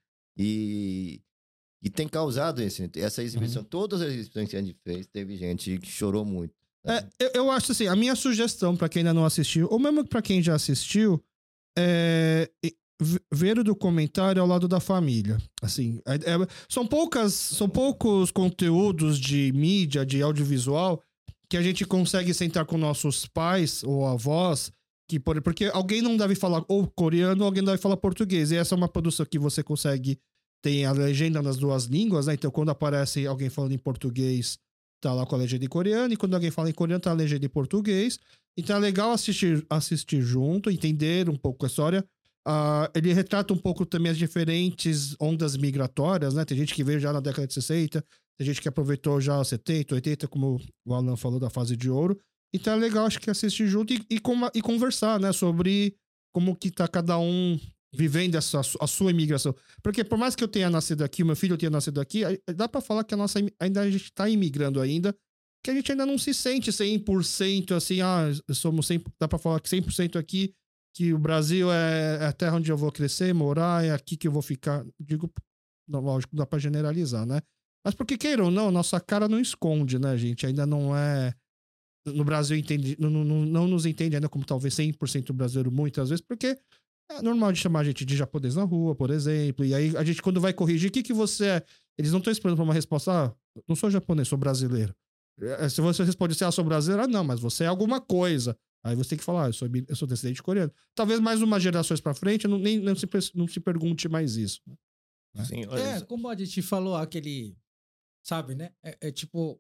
E tem causado essa exibição. Todas as exibições que a gente fez, teve gente que chorou muito. Né? Eu acho assim, a minha sugestão pra quem ainda não assistiu, ou mesmo pra quem já assistiu, é ver o documentário ao lado da família. Assim, são poucos conteúdos de mídia, de audiovisual, que a gente consegue sentar com nossos pais ou avós, porque alguém não deve falar ou coreano ou alguém deve falar português. E essa é uma produção que você consegue, tem a legenda nas duas línguas, né? Então quando aparece alguém falando em português, tá lá com a legenda em coreano, e quando alguém fala em coreano, tá a legenda em português. Então é legal assistir junto, entender um pouco a história. Ele retrata um pouco também as diferentes ondas migratórias, né? Tem gente que veio já na década de 60, tem gente que aproveitou já 70, 80, como o Alan falou, da fase de ouro. Então é legal, acho que assistir junto e conversar, né? Sobre como que tá cada um vivendo a sua imigração. Porque por mais que eu tenha nascido aqui, o meu filho tenha nascido aqui, dá pra falar que a gente tá imigrando ainda, que a gente ainda não se sente 100% assim, somos 100%, dá pra falar que 100% aqui, que o Brasil é a terra onde eu vou crescer, morar, é aqui que eu vou ficar. Digo, lógico, dá pra generalizar, né? Mas porque queira ou não, nossa cara não esconde, né, gente? Ainda não é... No Brasil não nos entende ainda como talvez 100% brasileiro muitas vezes, porque é normal de chamar a gente de japonês na rua, por exemplo, e aí a gente quando vai corrigir, o que você é? Eles não estão esperando por uma resposta, não sou japonês, sou brasileiro. Se você responde assim, sou brasileiro, não, mas você é alguma coisa. Aí você tem que falar, eu sou descendente coreano. Talvez mais umas gerações pra frente, não se pergunte mais isso. Né? Sim, como a gente falou, aquele, sabe, né? Tipo,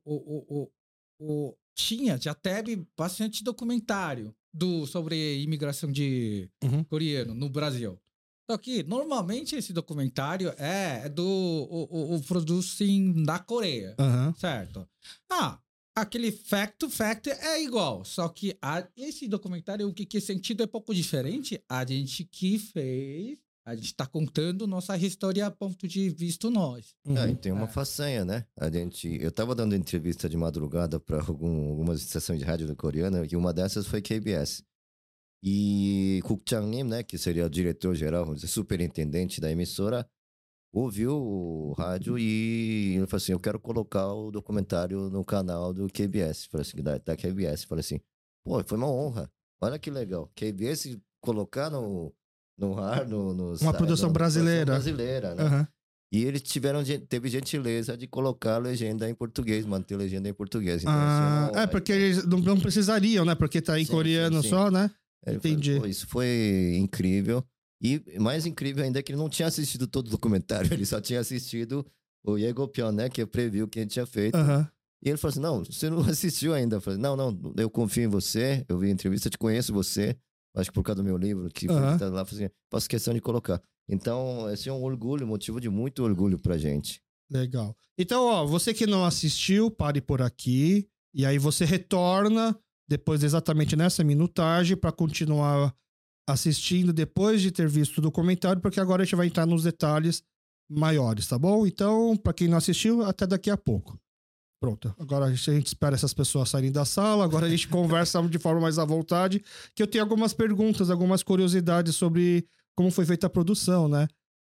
já teve bastante documentário sobre imigração de coreano no Brasil. Só que, normalmente, esse documentário é o produzem da Coreia, certo? Aquele fact é igual, só que esse documentário, o que sentido é pouco diferente. A gente que fez, a gente tá contando nossa história a ponto de visto nós. E tem uma façanha, né? Eu tava dando entrevista de madrugada para algumas estações de rádio coreana, e uma dessas foi KBS. E Kuk-chang-nim, né, que seria o diretor-geral, vamos dizer, superintendente da emissora, ouviu o rádio e ele falou assim, eu quero colocar o documentário no canal do KBS. Falei assim, da KBS. Falei assim, pô, foi uma honra. Olha que legal. KBS colocar no ar, uma produção brasileira. Né? E eles teve gentileza de colocar a legenda em português, manter a legenda em português. Então, porque eles não precisariam, né? Porque tá em coreano só, né? Entendi. Falou, isso foi incrível. E mais incrível ainda é que ele não tinha assistido todo o documentário, ele só tinha assistido o Yegopion, né, que é o preview que a gente tinha feito. E ele falou assim, não, você não assistiu ainda. Eu falei, não, eu confio em você, eu vi a entrevista, te conheço você, acho que por causa do meu livro, que foi lá, assim, faço questão de colocar. Então, esse é um orgulho, motivo de muito orgulho pra gente. Legal. Então, você que não assistiu, pare por aqui, e aí você retorna depois exatamente nessa minutagem para continuar assistindo depois de ter visto o documentário, porque agora a gente vai entrar nos detalhes maiores, tá bom? Então, para quem não assistiu, até daqui a pouco. Pronto. Agora a gente espera essas pessoas saírem da sala, agora a gente conversa de forma mais à vontade, que eu tenho algumas perguntas, algumas curiosidades sobre como foi feita a produção, né?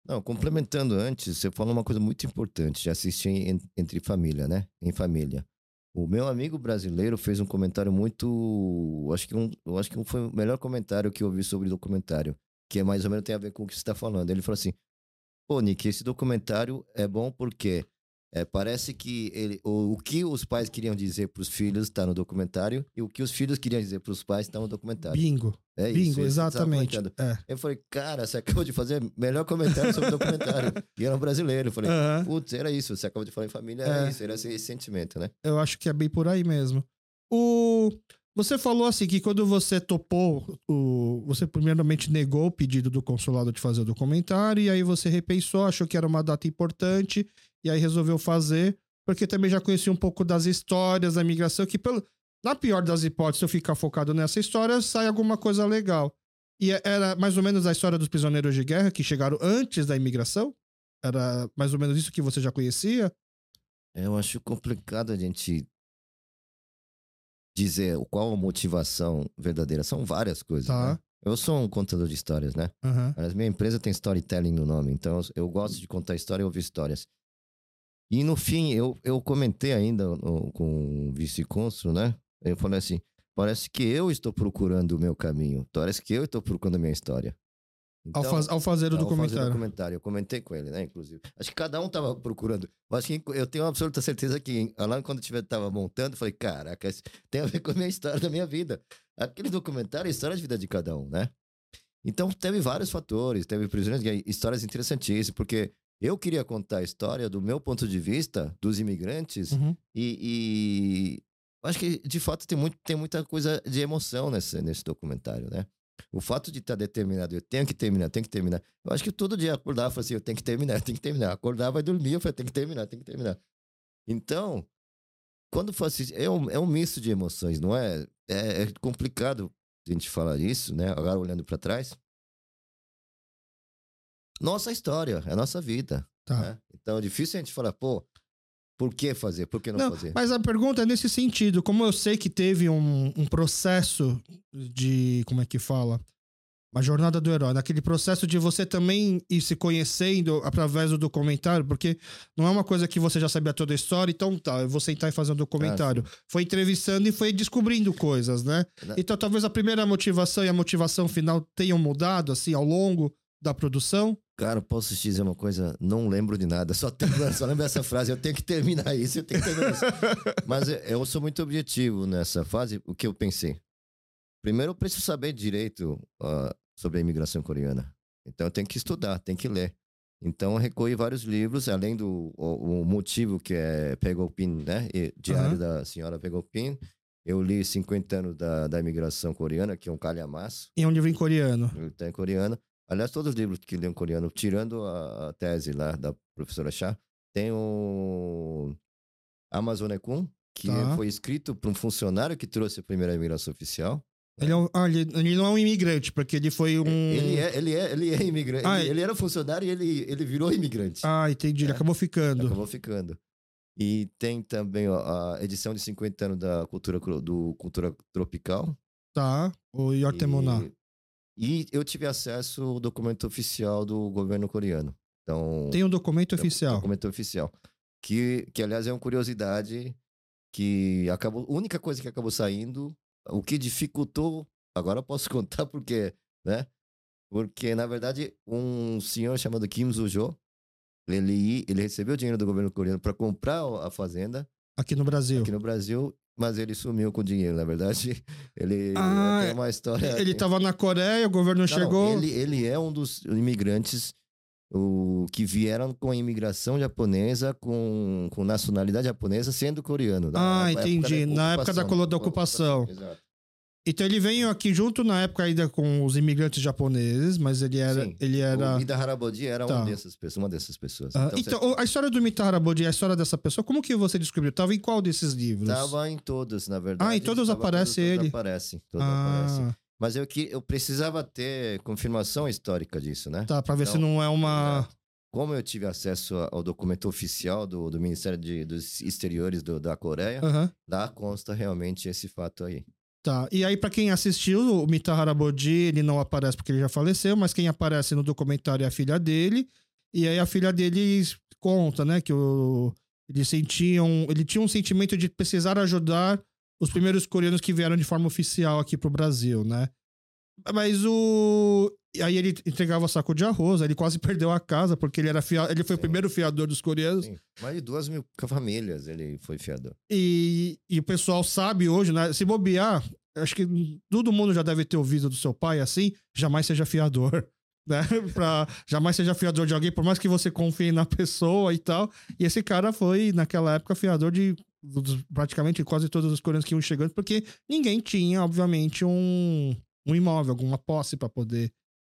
Não, complementando antes, você falou uma coisa muito importante, de assistir entre família, né? Em família. O meu amigo brasileiro fez um comentário muito. Eu acho que foi o melhor comentário que eu ouvi sobre o documentário, que é mais ou menos tem a ver com o que você está falando. Ele falou assim: pô, Nick, esse documentário é bom porque parece que o que os pais queriam dizer para os filhos está no documentário e o que os filhos queriam dizer para os pais está no documentário. Bingo. É isso, Bingo, você estava exatamente. comentando. É. Eu falei, cara, você acabou de fazer o melhor comentário sobre o documentário. E era um brasileiro. Eu falei, Aham. putz, era isso. Você acabou de falar em família, era isso. Era esse sentimento, né? Eu acho que é bem por aí mesmo. Você falou assim que quando você topou, você primeiramente negou o pedido do consulado de fazer o documentário, e aí você repensou, achou que era uma data importante, e aí resolveu fazer, porque também já conhecia um pouco das histórias da migração, que na pior das hipóteses, se eu ficar focado nessa história, sai alguma coisa legal. E era mais ou menos a história dos prisioneiros de guerra que chegaram antes da imigração? Era mais ou menos isso que você já conhecia? Eu acho complicado a gente dizer qual a motivação verdadeira. São várias coisas, Tá. né? Eu sou um contador de histórias, né? Aham. Mas minha empresa tem storytelling no nome, então eu gosto de contar história e ouvir histórias. E no fim, eu comentei ainda com o vice-cônsul, né? Eu falei assim, parece que eu estou procurando o meu caminho, parece que eu estou procurando a minha história. Ao fazer o Ao fazer o documentário. documentário, eu comentei com ele, né, inclusive. Acho que cada um tava procurando. Eu acho que eu tenho absoluta certeza que lá quando eu tava montando, eu falei, caraca, isso tem a ver com a minha história da minha vida. Aquele documentário é a história de vida de cada um, né? Então teve vários fatores, teve histórias interessantíssimas, porque eu queria contar a história do meu ponto de vista dos imigrantes Uhum. e acho que de fato tem muita coisa de emoção nesse documentário, né? O fato de estar determinado, eu tenho que terminar. Eu acho que todo dia acordava e falava assim, eu tenho que terminar. Acordava e dormia, eu falei, tem que terminar. Então, quando for assistir, é um misto de emoções, não é? É complicado a gente falar isso, né? Agora olhando para trás. Nossa história, é a nossa vida. Tá. Né? Então é difícil a gente falar, pô, por que fazer? Por que não fazer? Mas a pergunta é nesse sentido. Como eu sei que teve um processo de... Como é que fala? Uma jornada do herói. Naquele processo de você também ir se conhecendo através do documentário, porque não é uma coisa que você já sabia toda a história, então tá, eu vou sentar e fazer um documentário. Foi entrevistando e foi descobrindo coisas, né? Então talvez a primeira motivação e a motivação final tenham mudado, assim, ao longo da produção. Cara, posso te dizer uma coisa? Não lembro de nada. Só lembro essa frase. Eu tenho que terminar isso, eu tenho que terminar isso. Mas eu sou muito objetivo nessa fase. O que eu pensei? Primeiro, eu preciso saber direito sobre a imigração coreana. Então, eu tenho que estudar, tenho que ler. Então, eu recolhi vários livros, além do o motivo que é Pegopin, né? Diário da senhora Pegopin. Eu li 50 anos da imigração coreana, que é um calhamaço. E é um livro em coreano. Ele tá em coreano. Aliás, todos os livros que li em coreano, tirando a tese lá da professora Chá, tem o Amazonecum, que foi escrito por um funcionário que trouxe a primeira imigração oficial. Ele não é um imigrante, porque ele foi um... Ele é imigrante. Ele era funcionário e ele virou imigrante. Ah, entendi. Ele acabou ficando. E tem também a edição de 50 anos da cultura tropical. Tá, o Yortemoná. E eu tive acesso ao documento oficial do governo coreano. Então, tem um documento oficial. Documento oficial. Que aliás, é uma curiosidade que acabou... A única coisa que acabou saindo, o que dificultou... Agora eu posso contar porque, né? Porque, na verdade, um senhor chamado Kim Soo-jo, ele recebeu dinheiro do governo coreano para comprar a fazenda. Aqui no Brasil. Mas ele sumiu com o dinheiro, na verdade. Ele tem uma história... Ele estava na Coreia, o governo chegou... Ele é um dos imigrantes que vieram com a imigração japonesa, com nacionalidade japonesa, sendo coreano. Entendi. Na época da ocupação. Exato. Então ele veio aqui junto na época ainda com os imigrantes japoneses, mas ele era... Sim. Ele era... O Mita Harabodi era uma dessas pessoas. Então a história do Mita Harabodi, a história dessa pessoa, como que você descobriu? Estava em qual desses livros? Estava em todos, na verdade. Em todos aparece ele? Todos aparecem. Mas eu precisava ter confirmação histórica disso, né? Tá, pra ver se não é uma... Como eu tive acesso ao documento oficial do Ministério dos Exteriores da Coreia, lá consta realmente esse fato aí. Tá, e aí pra quem assistiu, o Mita Harabodi, ele não aparece porque ele já faleceu, mas quem aparece no documentário é a filha dele, E aí a filha dele conta, né, que ele tinha um sentimento de precisar ajudar os primeiros coreanos que vieram de forma oficial aqui pro Brasil, né? Mas aí ele entregava saco de arroz, aí ele quase perdeu a casa, porque ele foi o primeiro fiador dos coreanos. Sim. Mais de 2.000 famílias ele foi fiador. E o pessoal sabe hoje, né? Se bobear, acho que todo mundo já deve ter ouvido do seu pai assim, jamais seja fiador. Né? Jamais seja fiador de alguém, por mais que você confie na pessoa e tal. E esse cara foi, naquela época, fiador de praticamente quase todos os coreanos que iam chegando, porque ninguém tinha, obviamente, um imóvel, alguma posse para poder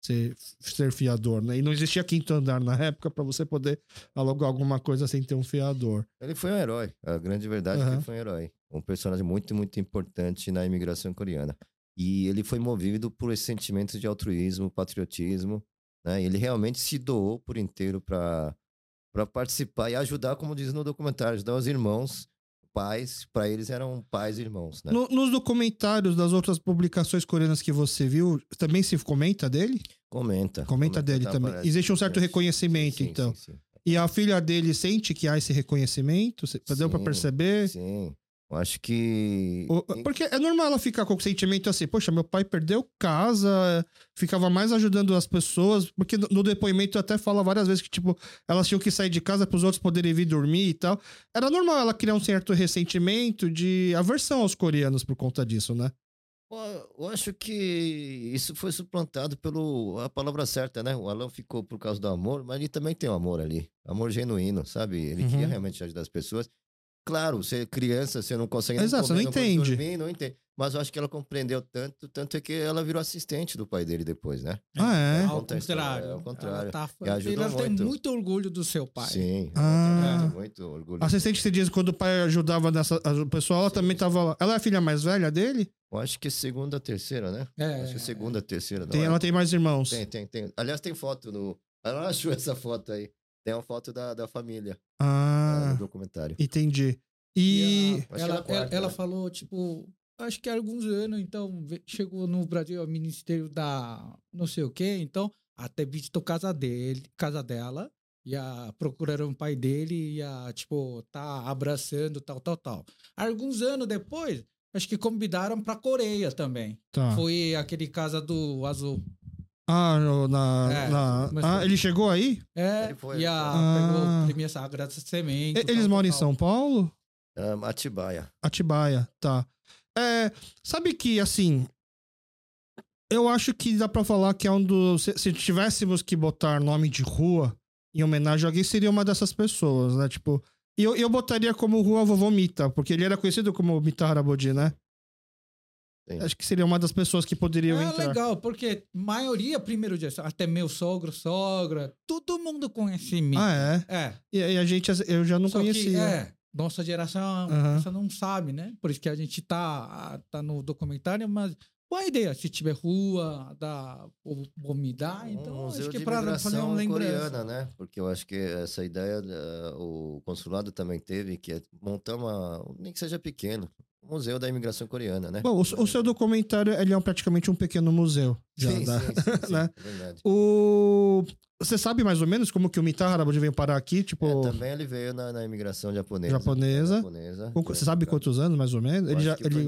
ser fiador, né? E não existia quinto andar na época para você poder alugar alguma coisa sem ter um fiador. Ele foi um herói. A grande verdade é que ele foi um herói. Um personagem muito, muito importante na imigração coreana. E ele foi movido por esse sentimento de altruísmo, patriotismo, né? Ele realmente se doou por inteiro para participar e ajudar, como diz no documentário, ajudar os irmãos, pais, para eles eram pais e irmãos, né? Nos documentários das outras publicações coreanas que você viu, também se comenta dele? Comenta dele também. Aparece, existe um certo reconhecimento, sim, então. Sim. E a filha dele sente que há esse reconhecimento? Deu pra perceber? Sim. Eu acho que... Porque é normal ela ficar com o sentimento assim, poxa, meu pai perdeu casa, ficava mais ajudando as pessoas, porque no depoimento até fala várias vezes que, tipo, elas tinham que sair de casa para os outros poderem vir dormir e tal. Era normal ela criar um certo ressentimento de aversão aos coreanos por conta disso, né? Eu acho que isso foi suplantado a palavra certa, né? O Alan ficou por causa do amor, mas ele também tem um amor ali. Amor genuíno, sabe? Ele queria realmente ajudar as pessoas. Claro, você é criança, você não consegue nem Exato, comer, não entende. Dormir, não entende. Mas eu acho que ela compreendeu tanto é que ela virou assistente do pai dele depois, né? Ah, é? Ao contrário. Ao contrário. Ela tem muito orgulho do seu pai. Sim, ela tem muito orgulho. Assistente, você diz, quando o pai ajudava o pessoal, ela também tava lá. Ela é a filha mais velha dele? Eu acho que é segunda, terceira, né? Acho que é segunda, terceira. Ela tem mais irmãos? Tem. Aliás, tem foto no... Ela achou essa foto aí. Tem uma foto da família no documentário. Entendi. E ela falou, tipo, acho que há alguns anos, então, chegou no Brasil ao Ministério da não sei o quê, então, até visitou casa dela, procuraram o pai dele, tipo, tá abraçando, tal. Alguns anos depois, acho que convidaram pra Coreia também. Tá. Foi aquele casa do Azul. Ele chegou aí? Ele foi. Pegou o primeiro agradecimento. Eles moram em São Paulo? Atibaia, tá. Sabe que, assim, eu acho que dá pra falar que é um dos... Se tivéssemos que botar nome de rua em homenagem a alguém, seria uma dessas pessoas, né? Tipo, eu botaria como Rua Vovô Mita, porque ele era conhecido como Mita Harabodi, né? Sim. Acho que seria uma das pessoas que poderiam entrar. É legal, porque maioria, primeiro dia, até meu sogro, sogra, todo mundo conhece Mita. E a gente, eu já não conhecia. Nossa geração não sabe, né? Por isso que a gente tá no documentário, mas boa ideia. Se tiver rua, vou me dar. Então, museu acho que de para fazer uma lembrança. Coreana, né? Porque eu acho que essa ideia o consulado também teve, que é montar nem que seja pequeno, um museu da imigração coreana, né? Bom, o seu documentário, ele é praticamente um pequeno museu. Sim, né? É verdade. Você sabe mais ou menos como que o Mita Harabodi veio parar aqui? Tipo... também ele veio na imigração japonesa. Você sabe quantos anos, mais ou menos? Foi em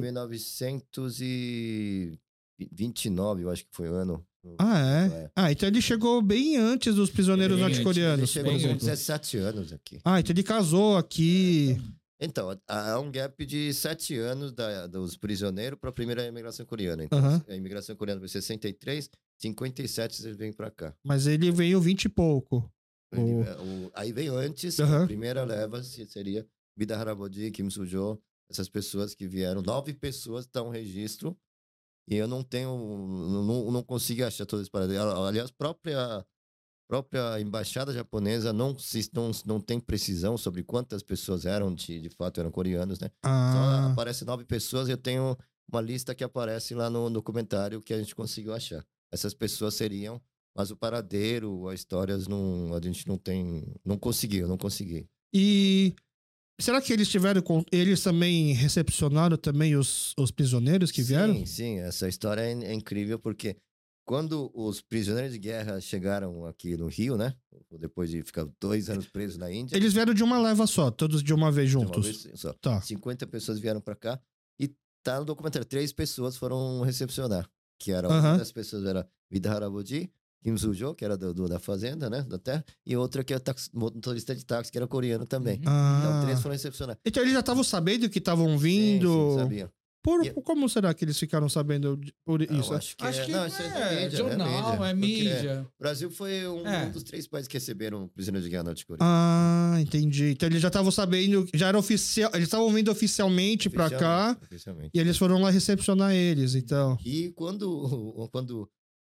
1929, eu acho que foi o ano. Então ele chegou bem antes dos prisioneiros norte-coreanos. Ele chegou com 17 anos aqui. Então ele casou aqui... Então, há um gap de 7 anos dos prisioneiros para a primeira imigração coreana. Então, a imigração coreana foi 63, 57 ele vem para cá. Mas ele veio 20 e pouco. Aí veio antes, a primeira leva seria Mita Harabodi, Kim Soo-jo, essas pessoas que vieram. 9 pessoas estão no registro e eu não consegui achar todas as paradas. Aliás, própria embaixada japonesa não tem precisão sobre quantas pessoas de fato eram coreanos, né? Só aparece 9 pessoas e eu tenho uma lista que aparece lá no documentário que a gente conseguiu achar. Essas pessoas seriam, mas o paradeiro, as histórias, a gente não consegui. E será que eles eles também recepcionaram também os prisioneiros que vieram? Sim, essa história é incrível porque quando os prisioneiros de guerra chegaram aqui no Rio, né? Depois de ficar 2 anos presos na Índia. Eles vieram de uma leva só, todos de uma vez de uma juntos. vez só. Tá. 50 pessoas vieram pra cá. E tá no documentário, 3 pessoas foram recepcionar. Que era Aham. uma das pessoas era Vidharaboji, Kim Soo-jo, que era da fazenda, né? Da terra. E outra que era motorista de táxi, que era coreano também. Então, 3 foram recepcionar. Então eles já estavam sabendo que estavam Sim, vindo. sim, sabiam. Como será que eles ficaram sabendo por isso? Eu acho que Acho que não, isso é mídia, jornal, é Porque mídia. o Brasil foi um dos 3 países que receberam prisioneiros de guerra norte-coreanos. Ah, entendi. Então eles já estavam sabendo, já era oficial, eles estavam vindo oficialmente pra cá Oficialmente. e eles foram lá recepcionar eles, então. E quando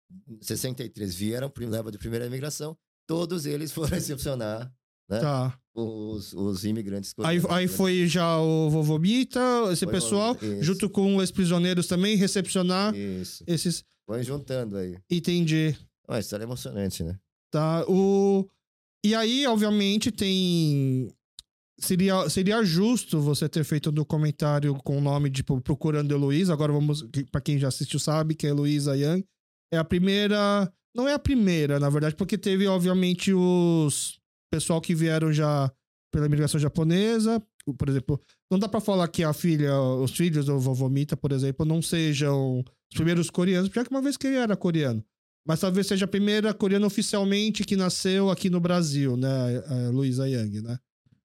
63 vieram, leva de primeira imigração, todos eles foram recepcionar, né? Tá. Os imigrantes Aí coreanos. foi já o Vovô Mita, esse Foi pessoal, isso. junto com os prisioneiros também, recepcionar Isso. esses. Foi juntando aí. Entendi. Uma história emocionante, né? Tá. E aí, obviamente, tem. Seria justo você ter feito um documentário com o nome de Procurando Heloísa. Agora vamos. Pra quem já assistiu, sabe que a Heloísa Yang é a primeira. Não é a primeira, na verdade, porque teve, obviamente, os pessoal que vieram já pela imigração japonesa. Por exemplo, não dá pra falar que os filhos do Vovô Mita, por exemplo, não sejam os primeiros coreanos, já que uma vez que ele era coreano. Mas talvez seja a primeira coreana oficialmente que nasceu aqui no Brasil, né? A Heloísa Yang, né?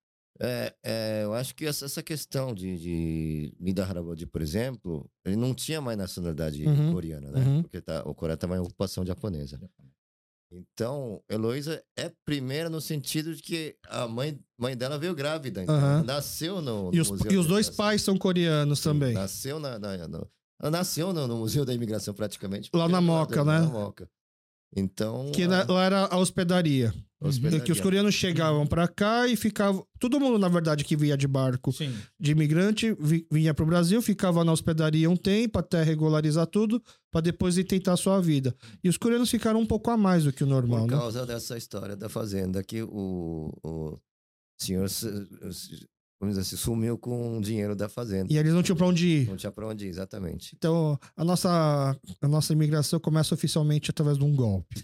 Eu acho que essa questão de Vidharaboji, por exemplo, ele não tinha mais nacionalidade coreana, né? Uhum. Porque o Coreia estava em ocupação japonesa. Então, Heloísa é primeira no sentido de que a mãe dela veio grávida. Então, ela nasceu no Museu E os da dois Imigração. pais são coreanos também. Nasceu ela nasceu no Museu da Imigração, praticamente. Lá na Moca, né? Lá na Moca. Então... Que lá era a hospedaria. Que os coreanos chegavam pra cá e ficavam... Todo mundo, na verdade, que vinha de barco Sim. de imigrante, vinha pro Brasil, ficava na hospedaria um tempo até regularizar tudo, pra depois ir tentar a sua vida. E os coreanos ficaram um pouco a mais do que o normal, Por né? causa dessa história da fazenda, que o senhor, vamos dizer assim, sumiu com o dinheiro da fazenda. E eles não tinham pra onde ir. Não tinha pra onde ir, exatamente. Então, a nossa imigração começa oficialmente através de um golpe.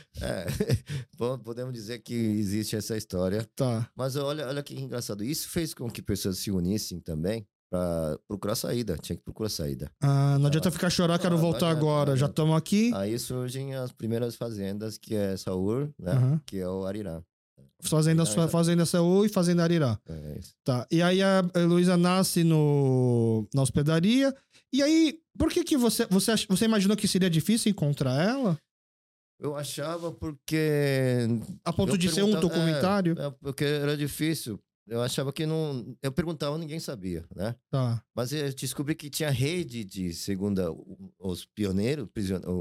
Podemos dizer que existe essa história. Tá. Mas olha que engraçado. Isso fez com que pessoas se unissem também para procurar saída. Tinha que procurar saída. Não adianta ficar chorando, quero voltar agora. Já estamos aqui. Aí surgem as primeiras fazendas, que é Saur, né? Que é o Arirã. Fazenda Saúl e Fazenda Arirá. É isso. Tá. E aí a Heloísa nasce na hospedaria. E aí, por que você imaginou que seria difícil encontrar ela? Eu achava porque... A ponto de ser um documentário? Porque era difícil. Eu achava que não... Eu perguntava, ninguém sabia, né? Tá. Mas eu descobri que tinha rede segundo os pioneiros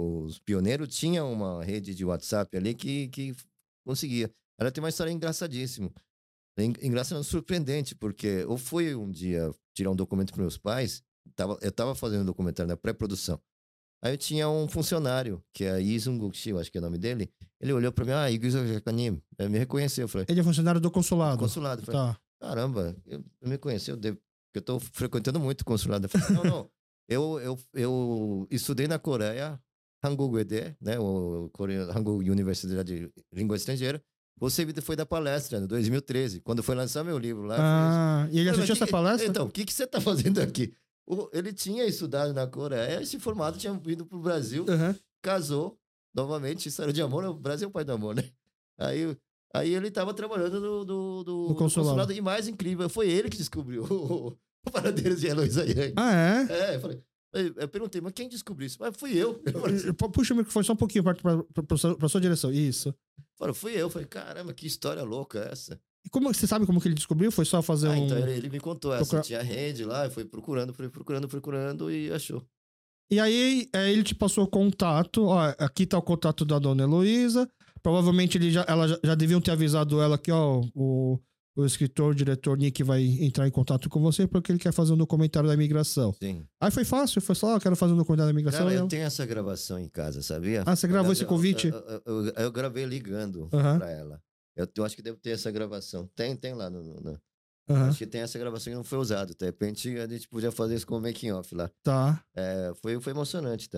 tinham uma rede de WhatsApp ali que conseguia. Ela tem uma história engraçadíssima. Engraçado, surpreendente, porque eu fui um dia tirar um documento para meus pais, eu tava fazendo um documentário na pré-produção. Aí eu tinha um funcionário, que é Izung-gukshi, acho que é o nome dele. Ele olhou pra mim, Iguzakanim, me reconheceu. Eu falei, ele é funcionário do consulado. Consulado. Eu falei, Tá. Caramba, me conheceu, porque eu tô frequentando muito o consulado. Eu falei, não. Eu estudei na Coreia, Hangul ED, né? O Hangul Universidade de Língua Estrangeira. Você foi da palestra, em 2013, quando foi lançar meu livro lá. E ele assistiu essa palestra? Então, o que você tá fazendo aqui? Ele tinha estudado na Coreia, se formado, tinha vindo pro Brasil, casou, novamente, história de amor, o Brasil é o pai do amor, né? Aí ele tava trabalhando no consulado, e mais incrível, foi ele que descobriu o paradeiro de Heloísa Yang. Eu perguntei, mas quem descobriu isso? Mas fui eu. Puxa o microfone só um pouquinho pra sua direção, isso. Fui eu, falei, caramba, que história louca é essa? E você sabe como que ele descobriu? Foi só fazer Então ele me contou essa, tinha rede lá, e foi procurando e achou. E aí ele te passou o contato, ó, aqui tá o contato da dona Heloísa, provavelmente ela já deviam ter avisado ela que, ó, o escritor, o diretor Nick vai entrar em contato com você porque ele quer fazer um documentário da imigração. Sim. Aí foi fácil, foi só, quero fazer um documentário da imigração. Cara, eu tenho essa gravação em casa, sabia? Você gravou esse convite? Eu gravei ligando pra ela. Eu acho que devo ter essa gravação. Tem lá acho que tem essa gravação que não foi usada. De repente a gente podia fazer isso com o making off lá. Tá. Foi emocionante também.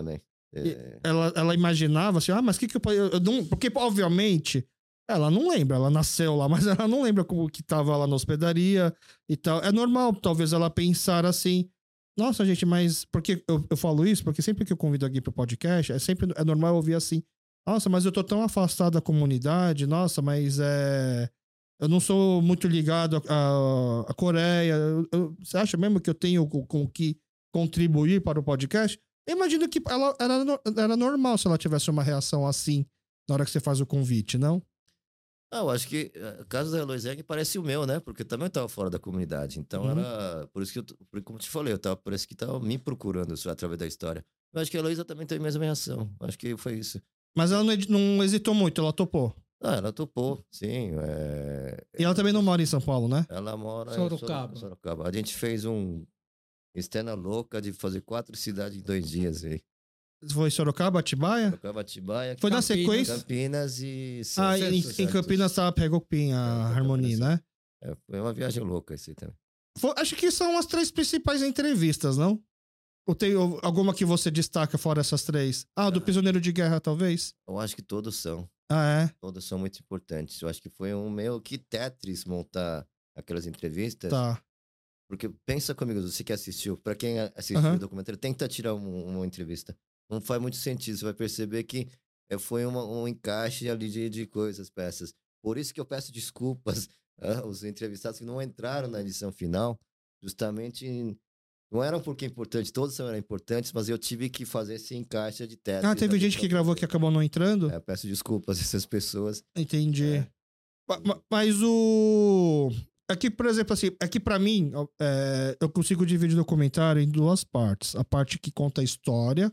Ela imaginava assim, mas o que eu não... Porque, obviamente, ela não lembra, ela nasceu lá, mas ela não lembra como que tava lá na hospedaria e tal. É normal, talvez, ela pensar assim, nossa, gente, mas... Porque eu falo isso? Porque sempre que eu convido alguém pro podcast, é normal eu ouvir assim, nossa, mas eu tô tão afastado da comunidade, nossa, mas eu não sou muito ligado à Coreia. Você acha mesmo que eu tenho com que contribuir para o podcast? Eu imagino que ela era normal se ela tivesse uma reação assim na hora que você faz o convite, não? Eu acho que o caso da Heloísa parece o meu, né? Porque eu também estava fora da comunidade. Então era. Por isso que como eu te falei, parece que estava me procurando através da história. Eu acho que a Heloísa também teve a mesma reação. Eu acho que foi isso. Mas ela não hesitou muito, ela topou. Ela topou, sim. E ela também não mora em São Paulo, né? Ela mora Sorocaba. em Sorocaba. A gente fez Estena louca de fazer 4 cidades em 2 dias aí. Foi Sorocaba, Atibaia? Sorocaba, Atibaia. Foi na sequência? Campinas e... em Campinas tava pegou a Harmonia, né? Foi uma viagem louca esse também. Acho que são as 3 principais entrevistas, não? Ou tem alguma que você destaca fora essas 3? Do Prisioneiro de Guerra, talvez? Eu acho que todos são. Todos são muito importantes. Eu acho que foi meio que Tetris montar aquelas entrevistas. Tá. Porque pensa comigo, você que assistiu, pra quem assistiu o documentário, tenta tirar uma entrevista. Não faz muito sentido, você vai perceber que foi um encaixe ali de coisas, peças. Por isso que eu peço desculpas aos entrevistados que não entraram na edição final, justamente não eram porque é importante, todos eram importantes, mas eu tive que fazer esse encaixe de Tetris. Teve gente que gravou que acabou não entrando? Eu peço desculpas a essas pessoas. Entendi. Mas aqui, por exemplo, assim, aqui pra mim, eu consigo dividir o documentário em 2 partes. A parte que conta a história,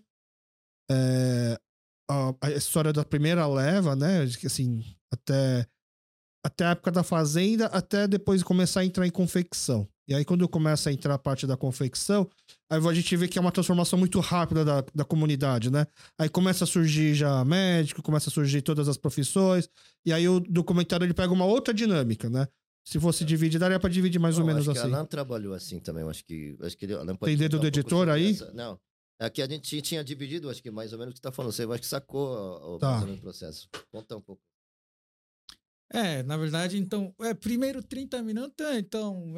a história da primeira leva, né? Assim, até a época da fazenda, até depois começar a entrar em confecção. E aí, quando começa a entrar a parte da confecção, aí a gente vê que é uma transformação muito rápida da comunidade, né? Aí começa a surgir já médico, começa a surgir todas as profissões, e aí o documentário ele pega uma outra dinâmica, né? Se fosse dividir, daria pra dividir mais ou menos assim. Acho que a Alan trabalhou assim também, eu acho que Alan pode... Tem dedo do editor aí? Não. Aqui a gente tinha dividido, acho que mais ou menos o que você tá falando. Você acho que sacou mais ou menos o processo. Conta um pouco. Na verdade, então, primeiro 30 minutos, então,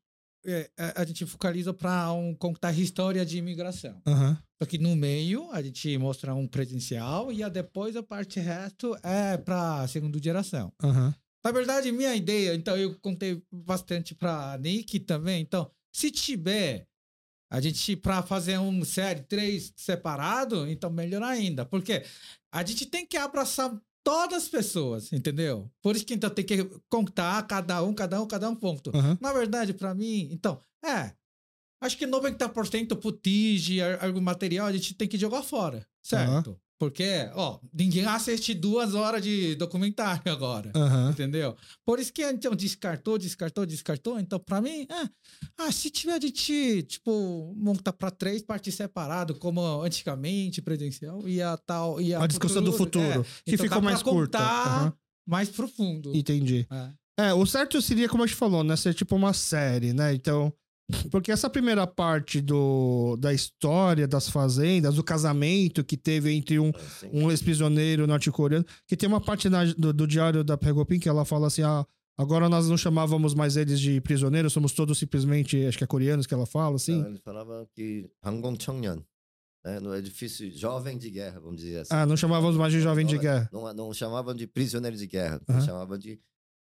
a gente focaliza para contar a história de imigração. Só que no meio, a gente mostra um presencial e depois a parte resto é para segunda geração. Na verdade, minha ideia, então, eu contei bastante para Nick também. Então, se tiver a gente, para fazer série 3 separado, então melhor ainda. Porque a gente tem que abraçar todas as pessoas, entendeu? Por isso que então tem que contar cada um ponto. Na verdade, para mim, então, acho que 90% pro TIG, algum material, a gente tem que jogar fora, certo? Porque, ninguém assiste 2 horas de documentário agora, entendeu? Por isso que, então, descartou. Então, pra mim, se tiver a gente, tipo, montar pra 3 partes separadas, como antigamente, presencial, e a tal... E a discussão do futuro, que então ficou mais curta. Mais profundo. Entendi. O certo seria, como a gente falou, né? Ser tipo uma série, né? Então... Porque essa primeira parte da história das fazendas, do casamento que teve entre um ex-prisioneiro norte-coreano, que tem uma parte do diário da Pegopin que ela fala assim, agora nós não chamávamos mais eles de prisioneiros, somos todos simplesmente, acho que é coreanos que ela fala, assim. Ele falava que Hangong Cheongyeon, né? Não é difícil, jovem de guerra, vamos dizer assim. Não chamávamos mais de jovem de guerra. Não chamavam de prisioneiro de guerra, chamavam de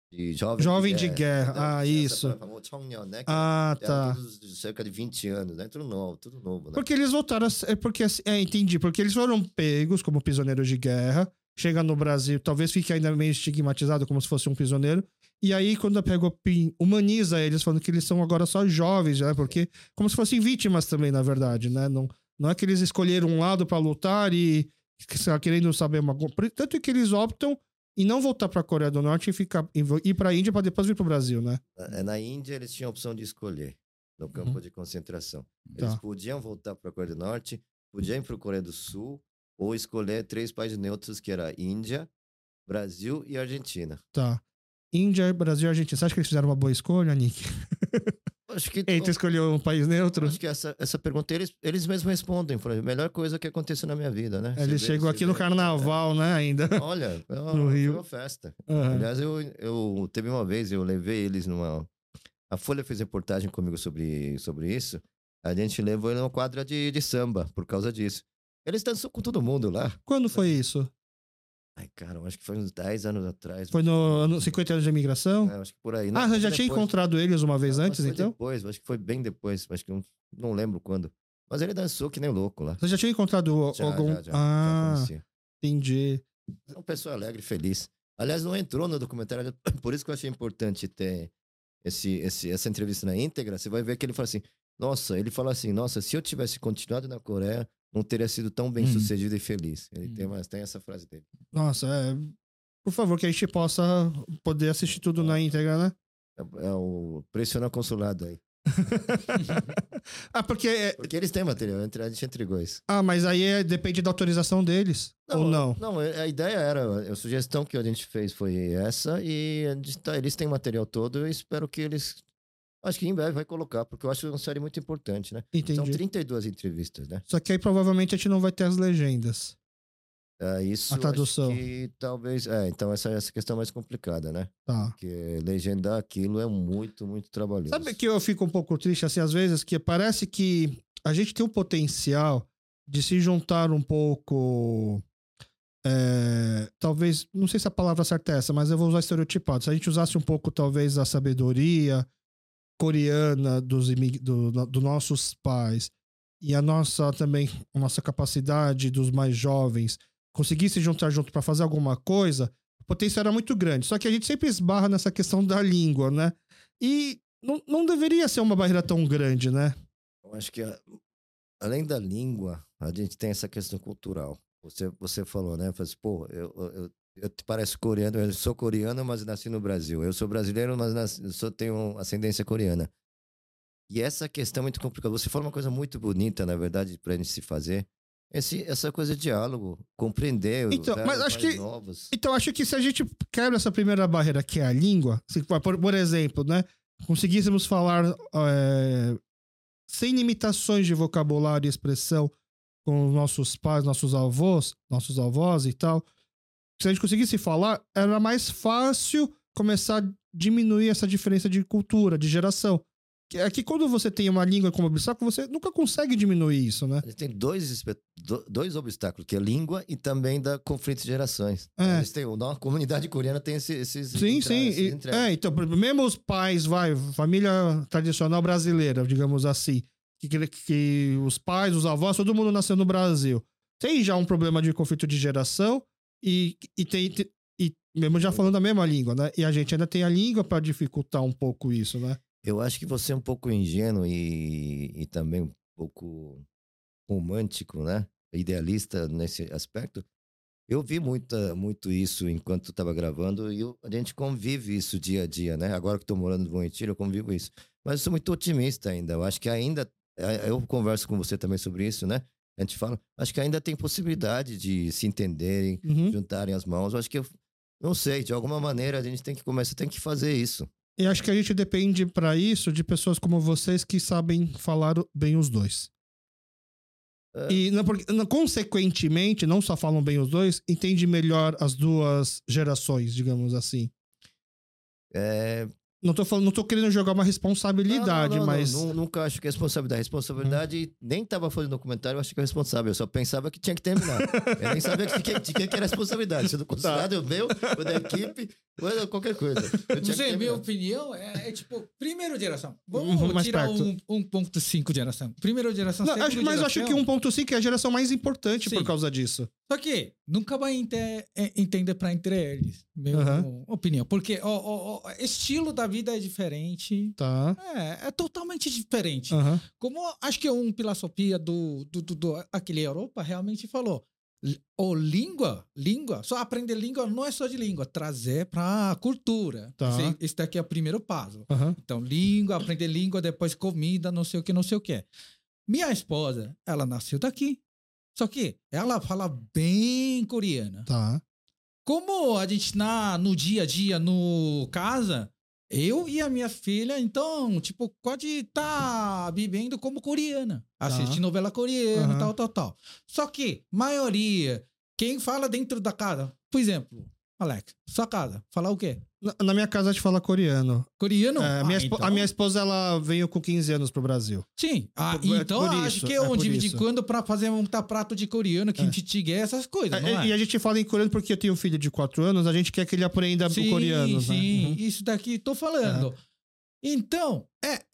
jovem de guerra. Isso. Né? Tá. Todos de cerca de 20 anos, né? Tudo novo, né? Porque eles voltaram entendi. Porque eles foram pegos como prisioneiros de guerra. Chega no Brasil, talvez fique ainda meio estigmatizado como se fosse um prisioneiro. E aí, quando a Pegopin humaniza eles, falando que eles são agora só jovens, né? Porque como se fossem vítimas também, na verdade, né? Não é que eles escolheram um lado pra lutar e querendo saber tanto que eles optam e não voltar para a Coreia do Norte e ir para a Índia para depois vir para o Brasil, né? Na Índia, eles tinham a opção de escolher no campo de concentração. Eles podiam voltar para a Coreia do Norte, podiam ir para a Coreia do Sul, ou escolher 3 países neutros, que era Índia, Brasil e Argentina. Índia, Brasil e Argentina. Você acha que eles fizeram uma boa escolha, Nick? acho que Eita, escolheu um país neutro? acho que essa pergunta eles mesmos respondem. Falam, a melhor coisa que aconteceu na minha vida, né? Ele chegou aqui no carnaval, né, ainda. Olha, No Rio. foi uma festa. Aham. Aliás, eu teve uma vez, eu levei eles numa... A Folha fez reportagem comigo sobre isso. A gente levou ele numa quadra de samba, por causa disso. Eles dançam com todo mundo lá. Quando foi isso? Ai, cara, eu acho que foi uns 10 anos atrás. Foi no ano 50 anos de imigração? Eu acho que por aí. Ah, você já tinha depois. encontrado eles uma vez Não, antes, foi então? Depois, acho que foi bem depois. Acho que não lembro quando. Mas ele dançou que nem louco lá. Você já tinha encontrado algum... Já Ah, conhecia. entendi. É uma pessoa alegre e feliz. Aliás, não entrou no documentário, por isso que eu achei importante ter essa entrevista na íntegra. Você vai ver que ele fala assim, ele fala assim, nossa, se eu tivesse continuado na Coreia, não teria sido tão bem sucedido e feliz. Ele tem essa frase dele. Nossa, por favor, que a gente possa poder assistir tudo na íntegra, né? É o pressiona consulado aí. Ah, porque... Porque eles têm material, a gente entregou isso. Ah, mas aí depende da autorização deles, ou não? Não, a ideia era, a sugestão que a gente fez foi essa, e eles têm material todo, eu espero que eles... Acho que em breve vai colocar, porque eu acho uma série muito importante, né? Entendi. São 32 entrevistas, né? Só que aí provavelmente a gente não vai ter as legendas. Isso A tradução. acho que talvez... então essa questão é mais complicada, né? Tá. Porque legendar aquilo é muito, muito trabalhoso. Sabe que eu fico um pouco triste, assim, às vezes, que parece que a gente tem o potencial de se juntar um pouco... talvez, não sei se a palavra certa é essa, mas eu vou usar estereotipado. Se a gente usasse um pouco, talvez, a sabedoria coreana dos nossos pais e a nossa capacidade dos mais jovens conseguisse se juntar junto para fazer alguma coisa, o potencial era muito grande. Só que a gente sempre esbarra nessa questão da língua, né? E não deveria ser uma barreira tão grande, né? Eu acho que, além da língua, a gente tem essa questão cultural. Você falou, né? Falei assim, pô, eu te pareço coreano, eu sou coreano, mas nasci no Brasil. Eu sou brasileiro, mas tenho ascendência coreana. E essa questão é muito complicada. Você fala uma coisa muito bonita, na verdade, pra gente se fazer. Essa coisa de diálogo, compreender então, mas acho que novos. Então, acho que se a gente quebra essa primeira barreira, que é a língua, por exemplo, né? Conseguíssemos falar sem limitações de vocabulário e expressão com os nossos pais, nossos avós e tal. Se a gente conseguisse falar, era mais fácil começar a diminuir essa diferença de cultura, de geração. É que quando você tem uma língua como obstáculo, você nunca consegue diminuir isso, né? A gente tem dois obstáculos, que é a língua e também da conflito de gerações. A comunidade coreana tem esses Sim. Então, mesmo os pais, família tradicional brasileira, digamos assim, que os pais, os avós, todo mundo nasceu no Brasil. Tem já um problema de conflito de geração e mesmo já falando a mesma língua, né? E a gente ainda tem a língua para dificultar um pouco isso, né? Eu acho que você é um pouco ingênuo e também um pouco romântico, né? Idealista nesse aspecto. Eu vi muito isso enquanto estava gravando e a gente convive isso dia a dia, né? Agora que estou morando no Bom Retiro, eu convivo isso. Mas eu sou muito otimista ainda. Eu acho que ainda... Eu converso com você também sobre isso, né? A gente fala... Acho que ainda tem possibilidade de se entenderem, juntarem as mãos. Eu acho que não sei, de alguma maneira a gente tem que fazer isso. E acho que a gente depende para isso de pessoas como vocês que sabem falar bem os dois. E consequentemente, não só falam bem os dois, entende melhor as duas gerações, digamos assim. Não tô querendo jogar uma responsabilidade, mas... Nunca acho que é responsabilidade. Responsabilidade, nem tava fazendo documentário, eu acho que é responsável. Eu só pensava que tinha que terminar. Eu nem sabia de quem que era a responsabilidade. Se do consulado, o meu, ou da equipe, ou qualquer coisa. Não sei, minha opinião tipo, primeira geração. Vamos tirar 1.5 geração. Primeira geração, segunda geração. Mas eu acho que 1.5 é a geração mais importante por causa disso. Só que nunca vai entender para entre eles, minha opinião. Porque o estilo da vida é diferente. Tá. É totalmente diferente. Como acho que uma filosofia do aquele Europa realmente falou. Língua, só aprender língua não é só de língua, trazer para cultura. Tá. Esse daqui é o primeiro passo. Então, aprender língua, depois comida, não sei o que. Minha esposa, ela nasceu daqui. Só que ela fala bem coreana. Tá. Como a gente no dia a dia, no casa, Eu e a minha filha, então, tipo, pode estar vivendo como coreana. Assistir novela coreana, tal. Só que, maioria, quem fala dentro da casa, por exemplo, Alex, sua casa, falar o quê? Na minha casa a gente fala coreano. Coreano? Então... A minha esposa, ela veio com 15 anos pro Brasil. Sim. Então acho que de vez em quando pra fazer um prato de coreano, kimchi jjigae, essas coisas, não é? E a gente fala em coreano porque eu tenho um filho de 4 anos, a gente quer que ele aprenda o coreano. Sim, isso daqui tô falando. Então,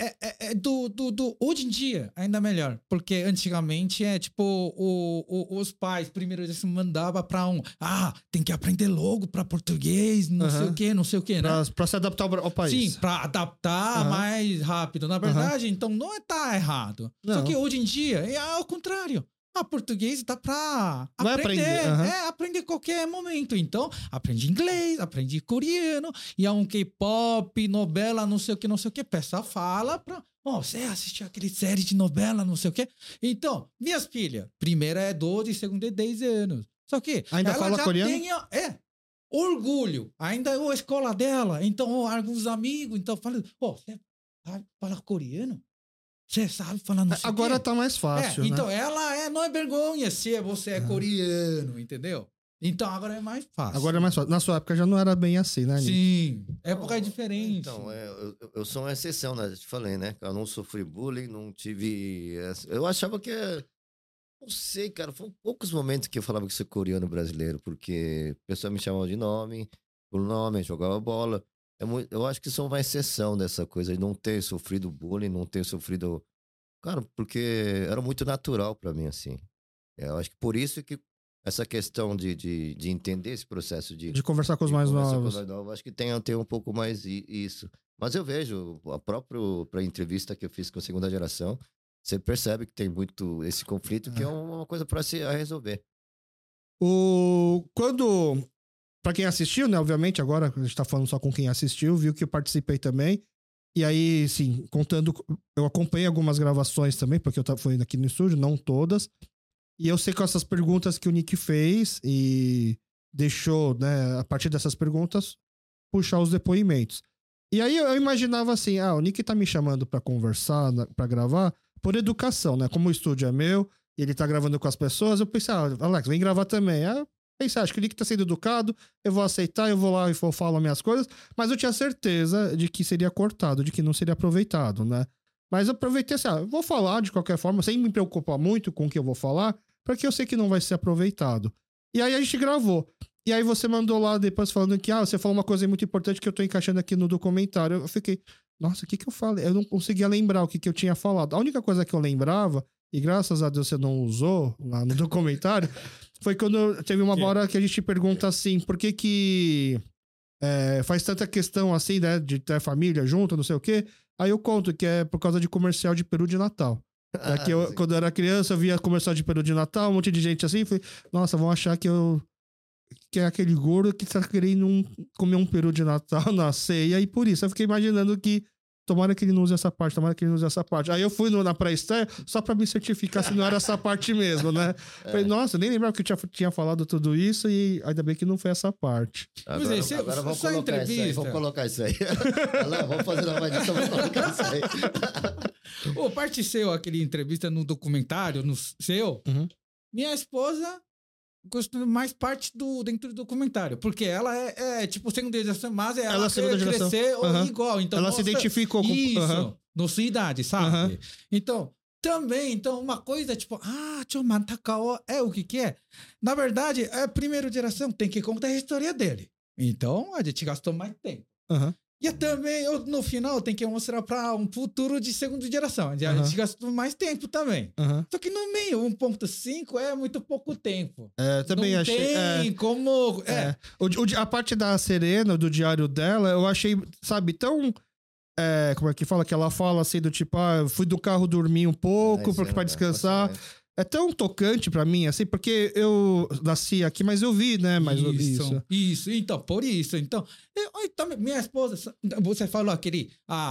hoje em dia, ainda melhor. Porque antigamente tipo, os pais primeiro eles mandavam pra tem que aprender logo pra português, não sei o que, né? Pra se adaptar ao país. Sim, pra adaptar mais rápido. Na verdade, então não tá errado. Não. Só que hoje em dia é ao contrário. português dá pra aprender. Aprender qualquer momento. Então, aprende inglês, aprende coreano, e um K-pop, novela, não sei o que. Peça fala pra... você assistiu aquele série de novela, não sei o que. Então, minhas filhas, primeira é 12, segunda é 10 anos. Só que ainda ela fala já coreano? tem orgulho. Ainda é a escola dela. Então, alguns amigos, então, fala, você fala coreano? Você sabe falar não sei agora tá mais fácil, né? Então, ela não é vergonha se você é coreano, entendeu? Então, agora é mais fácil. Agora é mais fácil. Na sua época já não era bem assim, né, Nick? Sim. Época é diferente. Então, eu sou uma exceção, né? Eu te falei, né? Eu não sofri bullying, não tive... Eu achava que... Não sei, cara. Foram poucos momentos que eu falava que sou coreano brasileiro, porque o pessoal me chamava de nome, por nome, jogava bola. Eu acho que sou uma exceção dessa coisa de não ter sofrido bullying, não ter sofrido... Cara, porque era muito natural pra mim, assim. Eu acho que por isso que essa questão de entender esse processo de conversar com os mais novos. Acho que tem um pouco mais isso. Mas eu vejo, a própria entrevista que eu fiz com a segunda geração, você percebe que tem muito esse conflito, que é uma coisa pra se resolver. Pra quem assistiu, né? Obviamente, agora a gente tá falando só com quem assistiu, viu que eu participei também. E aí, sim, eu acompanhei algumas gravações também, porque eu fui aqui no estúdio, não todas. E eu sei que essas perguntas que o Nick fez e deixou, né, a partir dessas perguntas, puxar os depoimentos. E aí eu imaginava assim, o Nick tá me chamando pra conversar, pra gravar, por educação, né? Como o estúdio é meu, e ele tá gravando com as pessoas, eu pensei, Alex, vem gravar também. Pensei, acho que o Nick tá sendo educado, eu vou aceitar, eu vou lá e falo minhas coisas, mas eu tinha certeza de que seria cortado, de que não seria aproveitado, né? Mas eu aproveitei assim, eu vou falar de qualquer forma, sem me preocupar muito com o que eu vou falar, porque eu sei que não vai ser aproveitado. E aí a gente gravou. E aí você mandou lá depois falando que, você falou uma coisa muito importante que eu tô encaixando aqui no documentário. Eu fiquei, nossa, o que eu falei? Eu não conseguia lembrar o que eu tinha falado. A única coisa que eu lembrava, e graças a Deus você não usou lá no documentário, foi quando teve uma hora que a gente pergunta assim, por que faz tanta questão assim, né, de ter família junto, não sei o quê. Aí eu conto que é por causa de comercial de peru de Natal. Quando eu era criança, eu via comercial de peru de Natal, um monte de gente assim, falei, nossa, vão achar que é aquele gordo que tá querendo comer um peru de Natal na ceia, e por isso eu fiquei imaginando que tomara que ele não use essa parte, Aí eu fui na pré-estreia só pra me certificar se não era essa parte mesmo, né? Falei, nossa, nem lembrava que eu tinha falado tudo isso, e ainda bem que não foi essa parte. Agora vamos colocar isso aí. Vamos colocar isso aí. Vamos fazer uma edição, vamos colocar isso aí. Parte seu, aquele entrevista no documentário, no seu, minha esposa gostou mais parte dentro do documentário, porque ela é tipo segunda geração, mas ela quer crescer igual. Então, ela se identificou com isso, na sua idade, sabe? Então, também, uma coisa tipo, Mantakao o que é? Na verdade, a primeira geração tem que contar a história dele. Então, a gente gastou mais tempo. E também, no final, tem que mostrar para um futuro de segunda geração. A gente gastou mais tempo também. Só que no meio, 1.5 é muito pouco tempo. Também não achei. Tem como. A parte da Serena, do diário dela, eu achei, sabe, tão. Como é que fala? Que ela fala assim, do tipo, fui do carro dormir um pouco pra descansar. É tão tocante pra mim, assim, porque eu nasci aqui, mas eu vi, né? Mas isso. Então, por isso. Então, minha esposa, você falou aquele,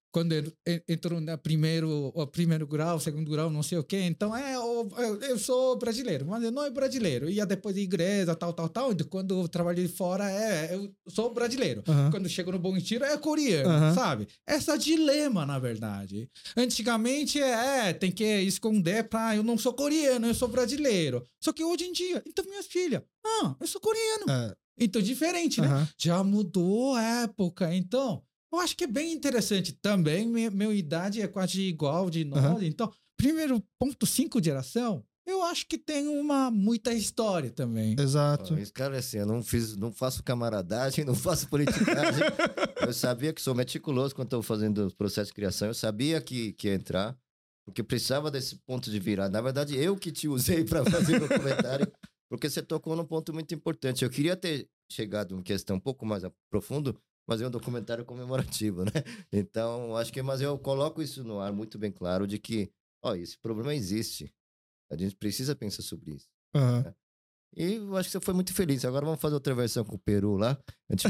quando entrou no primeiro grau, segundo grau, não sei o quê. Então, eu sou brasileiro, mas eu não é brasileiro. Ia depois de igreja, tal. E quando eu trabalhei fora, eu sou brasileiro. Quando chego no Bom Retiro, é coreano, sabe? Essa dilema, na verdade. Antigamente, tem que esconder eu não sou coreano, eu sou brasileiro. Só que hoje em dia, então minha filha, eu sou coreano. Então, diferente, né? Já mudou a época, então... Eu acho que é bem interessante também. Minha idade é quase igual de nós. Então, primeiro ponto, 5 geração, eu acho que tem muita história também. Exato. Esse cara é assim, eu não faço camaradagem, não faço politicagem. Eu sabia que sou meticuloso quando estou fazendo o processo de criação. Eu sabia que ia entrar, porque precisava desse ponto de virada. Na verdade, eu que te usei para fazer o documentário, porque você tocou num ponto muito importante. Eu queria ter chegado em questão um pouco mais profundo, mas é um documentário comemorativo, né? Então, acho que... Mas eu coloco isso no ar muito bem claro de que, esse problema existe. A gente precisa pensar sobre isso. Né? E eu acho que você foi muito feliz. Agora vamos fazer outra versão com o Peru lá.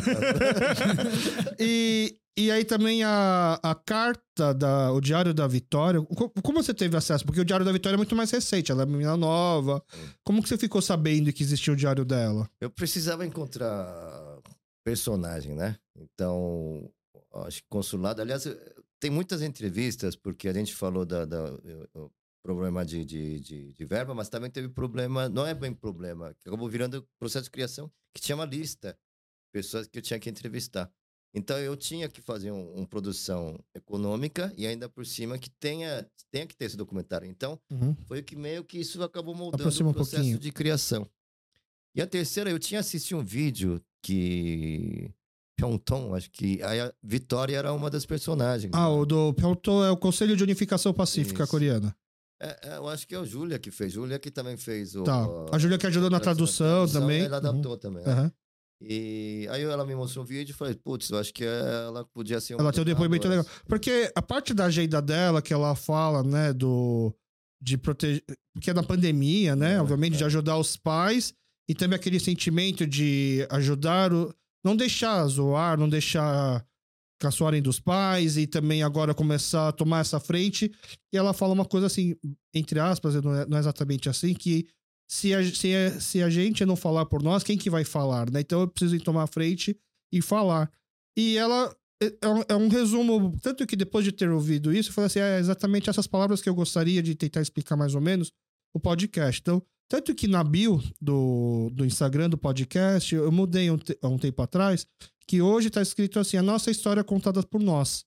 E aí também a carta, o Diário da Vitória. Como você teve acesso? Porque o Diário da Vitória é muito mais recente. Ela é menina nova. Como que você ficou sabendo que existia o diário dela? Eu precisava encontrar... personagem, né? Então, acho que consulado... Aliás, tem muitas entrevistas, porque a gente falou do problema de verba, mas também teve problema... Não é bem problema, que acabou virando processo de criação, que tinha uma lista de pessoas que eu tinha que entrevistar. Então, eu tinha que fazer uma produção econômica e ainda por cima que tenha que ter esse documentário. Então, foi que meio que isso acabou moldando o processo de criação. E a terceira, eu tinha assistido um vídeo que... Pyeongtaek, acho que a Vitória era uma das personagens. O do Pyeongtaek é o Conselho de Unificação Pacífica Coreana. Eu acho que é o Júlia que fez. Júlia que também fez o... A Júlia que ajudou na tradução também. Ela adaptou também. Né? E aí ela me mostrou um vídeo e falei, putz, eu acho que ela podia ser ela tem um depoimento legal. Porque a parte da agenda dela, que ela fala, né, de proteger... Porque é da pandemia, né? Obviamente, de ajudar os pais... E também aquele sentimento de ajudar, não deixar zoar, não deixar caçoarem dos pais e também agora começar a tomar essa frente. E ela fala uma coisa assim, entre aspas, não é exatamente assim, que se a gente não falar por nós, quem que vai falar, né? Então eu preciso tomar a frente e falar. E ela é um resumo, tanto que depois de ter ouvido isso, eu falei assim, exatamente essas palavras que eu gostaria de tentar explicar mais ou menos o podcast. Então, tanto que na bio do Instagram do podcast, eu mudei há um tempo atrás, que hoje tá escrito assim, a nossa história contada por nós.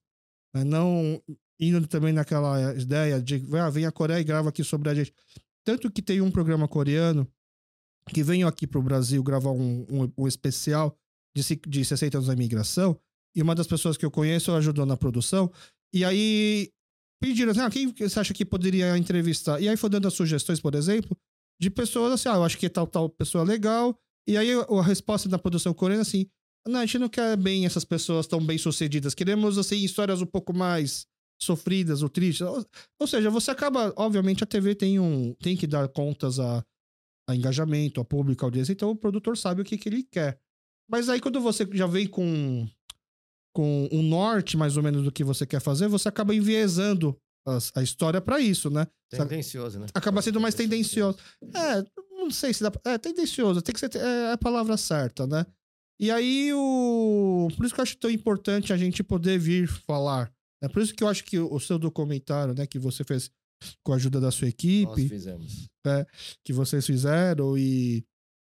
Não indo também naquela ideia de, vem a Coreia e grava aqui sobre a gente. Tanto que tem um programa coreano que veio aqui pro Brasil gravar um especial de 60 anos da imigração, e uma das pessoas que eu conheço ajudou na produção, e aí pediram assim, quem você acha que poderia entrevistar? E aí foi dando as sugestões, por exemplo, de pessoas assim, eu acho que tal pessoa legal. E aí a resposta da produção coreana assim, não, a gente não quer bem essas pessoas tão bem-sucedidas. Queremos, assim, histórias um pouco mais sofridas ou tristes. Ou seja, você acaba... Obviamente, a TV tem que dar contas a engajamento, a público, a audiência. Então, o produtor sabe o que ele quer. Mas aí, quando você já vem com um norte, mais ou menos, do que você quer fazer, você acaba enviesando a história pra isso, né? Tendencioso, né? Acaba sendo mais tendencioso. Não sei se dá... tendencioso. Tem que ser a palavra certa, né? E aí, por isso que eu acho tão importante a gente poder vir falar. É por isso que eu acho que o seu documentário, né, que você fez com a ajuda da sua equipe... Nós fizemos. Que vocês fizeram e...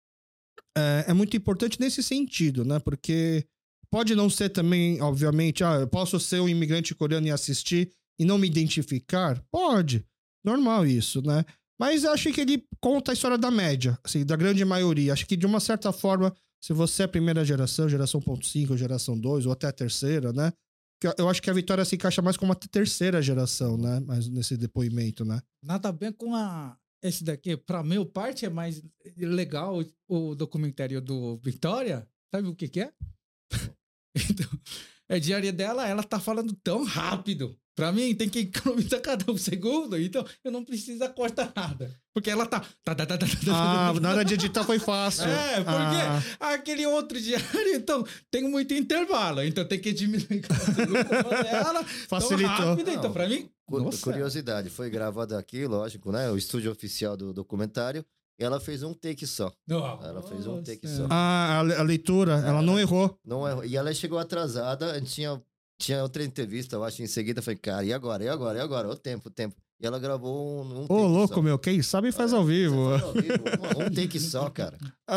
É muito importante nesse sentido, né? Porque pode não ser também, obviamente, eu posso ser um imigrante coreano e assistir e não me identificar? Pode. Normal isso, né? Mas eu acho que ele conta a história da média, assim, da grande maioria. Acho que, de uma certa forma, se você é a primeira geração 1.5, geração 2, ou até a terceira, né? Eu acho que a Vitória se encaixa mais como uma terceira geração, né? Mas nesse depoimento, né? Nada bem com esse daqui. Pra minha parte, é mais legal o documentário do Vitória. Sabe o que é? Então, a diária dela, ela tá falando tão rápido. Pra mim, tem que economizar cada um segundo, então eu não preciso cortar nada. Porque ela tá. Na hora de editar foi fácil. Porque aquele outro diário, então, tem muito intervalo. Então tem que diminuir cada segundo pra fazer ela. Facilitou. Tão rápido, então, pra mim. Nossa. Curiosidade, foi gravado aqui, lógico, né? O estúdio oficial do documentário. E ela fez um take só. Ela fez um take só. A leitura, ela não errou. Não errou. E ela chegou atrasada, a gente tinha outra entrevista, eu acho, em seguida. Eu falei, cara, e agora? O tempo. E ela gravou um take louco, só. meu, quem sabe faz ao vivo. Faz ao vivo. Um take só, cara.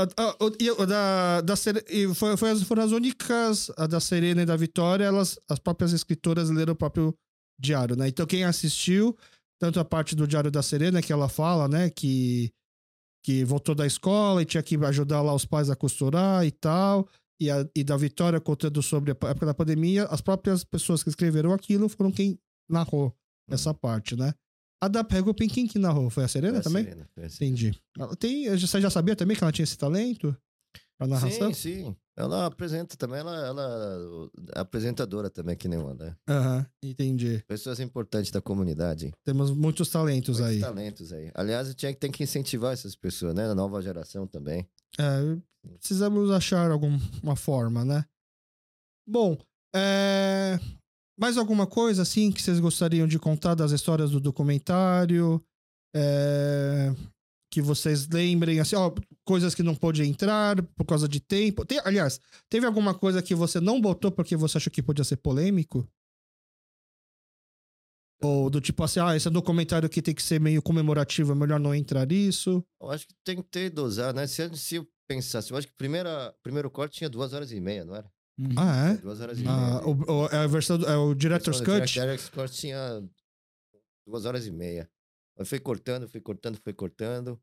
Foram as únicas, a da Serena e da Vitória, as próprias escritoras leram o próprio diário, né? Então quem assistiu, tanto a parte do diário da Serena, que ela fala, né, que voltou da escola e tinha que ajudar lá os pais a costurar e tal, e da Vitória contando sobre a época da pandemia, as próprias pessoas que escreveram aquilo foram quem narrou essa parte, né? A da Pegopin, quem que narrou? Foi a Serena também? Serena. Entendi. Você já sabia também que ela tinha esse talento pra narração? Sim. Ela apresenta também, ela é apresentadora também, que nem ela, né? Entendi. Pessoas importantes da comunidade. Temos muitos talentos aí. Aliás, tem que incentivar essas pessoas, né? A nova geração também. Precisamos achar alguma forma, né? Bom, mais alguma coisa, assim, que vocês gostariam de contar das histórias do documentário? Que vocês lembrem, assim, coisas que não pôde entrar por causa de tempo. Aliás, teve alguma coisa que você não botou porque você achou que podia ser polêmico? Ou do tipo assim, esse é um documentário que tem que ser meio comemorativo, é melhor não entrar nisso? Eu acho que tem que ter dosar, né? Se eu pensasse, eu acho que o primeiro corte tinha 2h30, não era? É? 2h30. A versão o Director's Cut? O Director's Cut tinha 2h30. Eu fui cortando.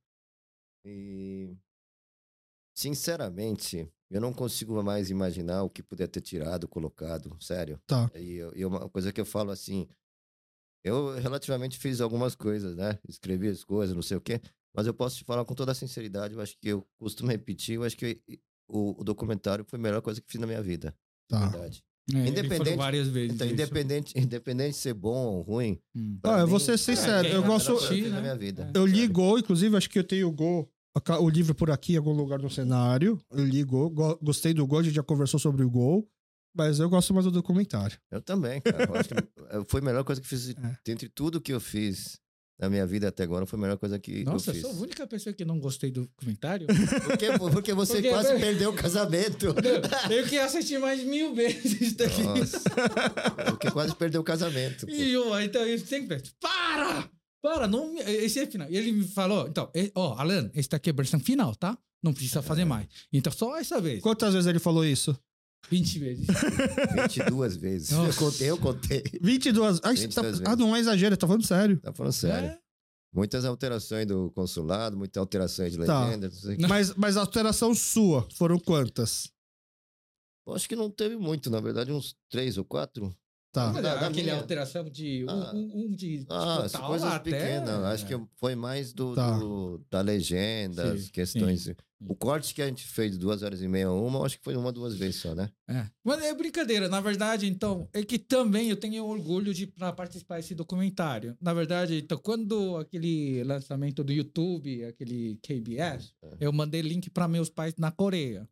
E, sinceramente, eu não consigo mais imaginar o que puder ter tirado, colocado, sério. Tá. E uma coisa que eu falo assim, eu relativamente fiz algumas coisas, né? Escrevi as coisas, não sei o quê, mas eu posso te falar com toda a sinceridade, eu acho que eu costumo repetir, eu acho que o documentário foi a melhor coisa que fiz na minha vida. Tá. Verdade. Independente, várias vezes então, independente de ser bom ou ruim. Eu vou ser sincero, eu gosto. Na minha vida. Eu li Gol, inclusive, acho que eu tenho o livro por aqui em algum lugar no cenário. Eu li Gol, gostei do Gol, a gente já conversou sobre o Gol, mas eu gosto mais do documentário. Eu também, cara. Eu acho que foi a melhor coisa que fiz. Entre tudo que eu fiz na minha vida até agora, foi a melhor coisa que eu fiz. Nossa, eu sou a única pessoa que não gostei do documentário. Porque você quase perdeu o casamento. Eu que assisti mais 1000 vezes isso daqui. Nossa, porque quase perdeu o casamento. Então eu sempre penso, para, não, esse é o final. E ele me falou, então, Alan, esse daqui é a versão final, tá? Não precisa fazer mais. Então só essa vez. Quantas vezes ele falou isso? 20 vezes. 22 vezes. Eu contei. 22? 22 vezes. Não é exagero, tá falando sério. Tá falando sério. Muitas alterações do consulado, muitas alterações de legenda. Mas a alteração sua, foram quantas? Eu acho que não teve muito, na verdade, uns 3 ou 4. Tá. Aquele alteração de de total coisas até... pequenas. Acho que foi mais da legenda, as questões. Sim. O corte que a gente fez de 2h30, acho que foi 1 ou 2 vezes só, né? Mas é brincadeira. Na verdade, então, é que também eu tenho orgulho de participar desse documentário. Na verdade, então, quando aquele lançamento do YouTube, aquele KBS, eu mandei link para meus pais na Coreia.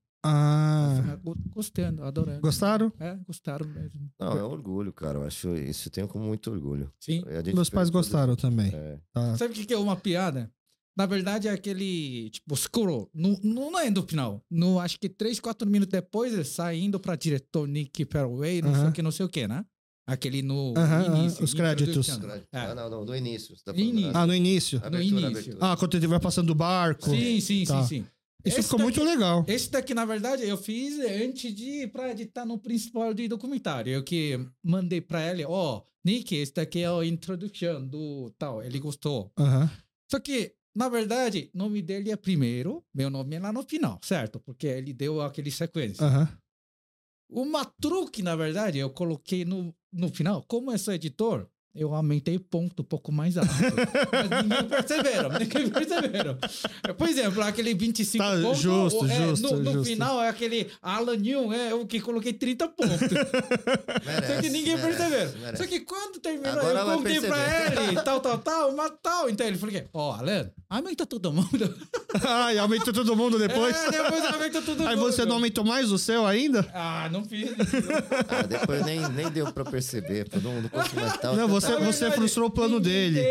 Gostando, adorando. Gostaram? Gostaram mesmo. Não, é um orgulho, cara. Eu acho isso, eu tenho como muito orgulho. Sim. Meus pais gostaram também. Tá. Sabe o que é uma piada? Na verdade, é aquele, tipo, scroll. Não é do final. Acho que 3, 4 minutos depois, saindo pra diretor Nick Perway, não sei o que, né? Aquele no início. Os créditos. Não, no início. Você tá falando, no início. Abertura. Quando ele vai passando o barco. Sim. Isso ficou muito legal. Esse daqui, na verdade, eu fiz antes pra editar no principal de documentário. Eu que mandei pra ele, Nick, esse daqui é a introdução do tal. Ele gostou. Só que, na verdade, o nome dele é primeiro, meu nome é lá no final, certo? Porque ele deu aquele sequência. Uma truque, na verdade, eu coloquei no final. Como eu sou editor, eu aumentei ponto um pouco mais alto. Mas ninguém perceberam. Por exemplo, aquele 25 tá, pontos. Justo. No final é aquele Alan New, eu que coloquei 30 pontos. Só que ninguém percebeu. Só que quando terminou, agora eu contei pra ele, tal. Então ele falou: ó, Alan, aumenta todo mundo. E aumentou todo mundo depois? Depois aumenta todo mundo. Aí você não aumentou mais o seu ainda? Não fiz. Depois nem deu pra perceber. Todo mundo conseguiu mais tal. Não, você frustrou o plano dele.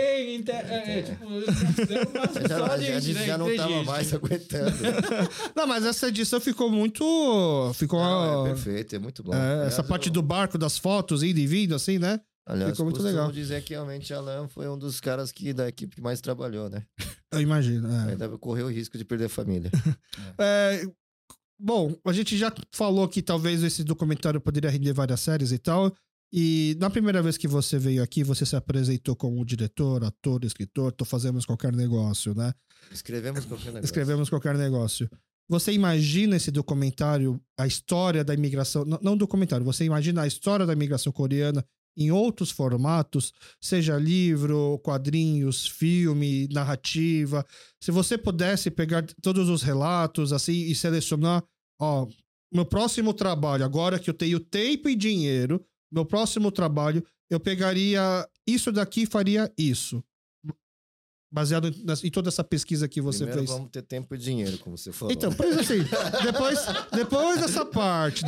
A gente já não tava mais aguentando. Não, mas essa edição ficou muito... Perfeito, é muito bom. Essa parte do barco, das fotos, indo e vindo, assim, né? Aliás, ficou muito legal. Dizer que realmente Alan foi um dos caras da equipe que mais trabalhou, né? Eu imagino. Ainda correu o risco de perder a família. Bom, a gente já falou que talvez esse documentário poderia render várias séries e tal. E na primeira vez que você veio aqui, você se apresentou como diretor, ator, escritor, fazemos qualquer negócio, né? Escrevemos qualquer negócio. Você imagina esse documentário, a história da imigração, não documentário, você imagina a história da imigração coreana em outros formatos, seja livro, quadrinhos, filme, narrativa. Se você pudesse pegar todos os relatos assim e selecionar, meu próximo trabalho, agora que eu tenho tempo e dinheiro, meu próximo trabalho, eu pegaria isso daqui e faria isso. Baseado em toda essa pesquisa que você Primeiro fez. Vamos ter tempo e dinheiro, como você falou. Então, por isso assim, depois dessa parte.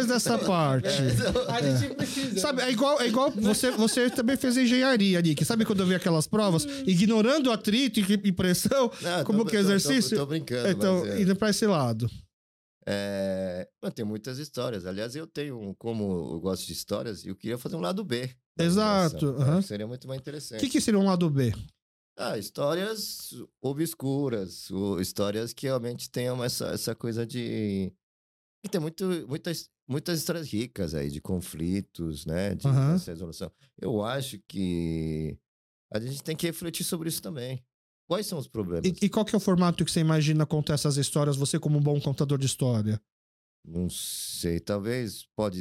A gente precisa. Sabe, é igual você também fez engenharia, Nick. Sabe quando eu vi aquelas provas? Ignorando atrito e pressão, como que é exercício? Tô brincando. Então, indo pra esse lado. Tem muitas histórias. Aliás, como eu gosto de histórias, eu queria fazer um lado B. Exato. Seria muito mais interessante. O que seria um lado B? Histórias obscuras, histórias que realmente tenham essa coisa de... E tem muitas histórias ricas aí, de conflitos, né? De essa resolução. Eu acho que a gente tem que refletir sobre isso também. Quais são os problemas? E qual que é o formato que você imagina contar essas histórias, você como um bom contador de história? Não sei, talvez pode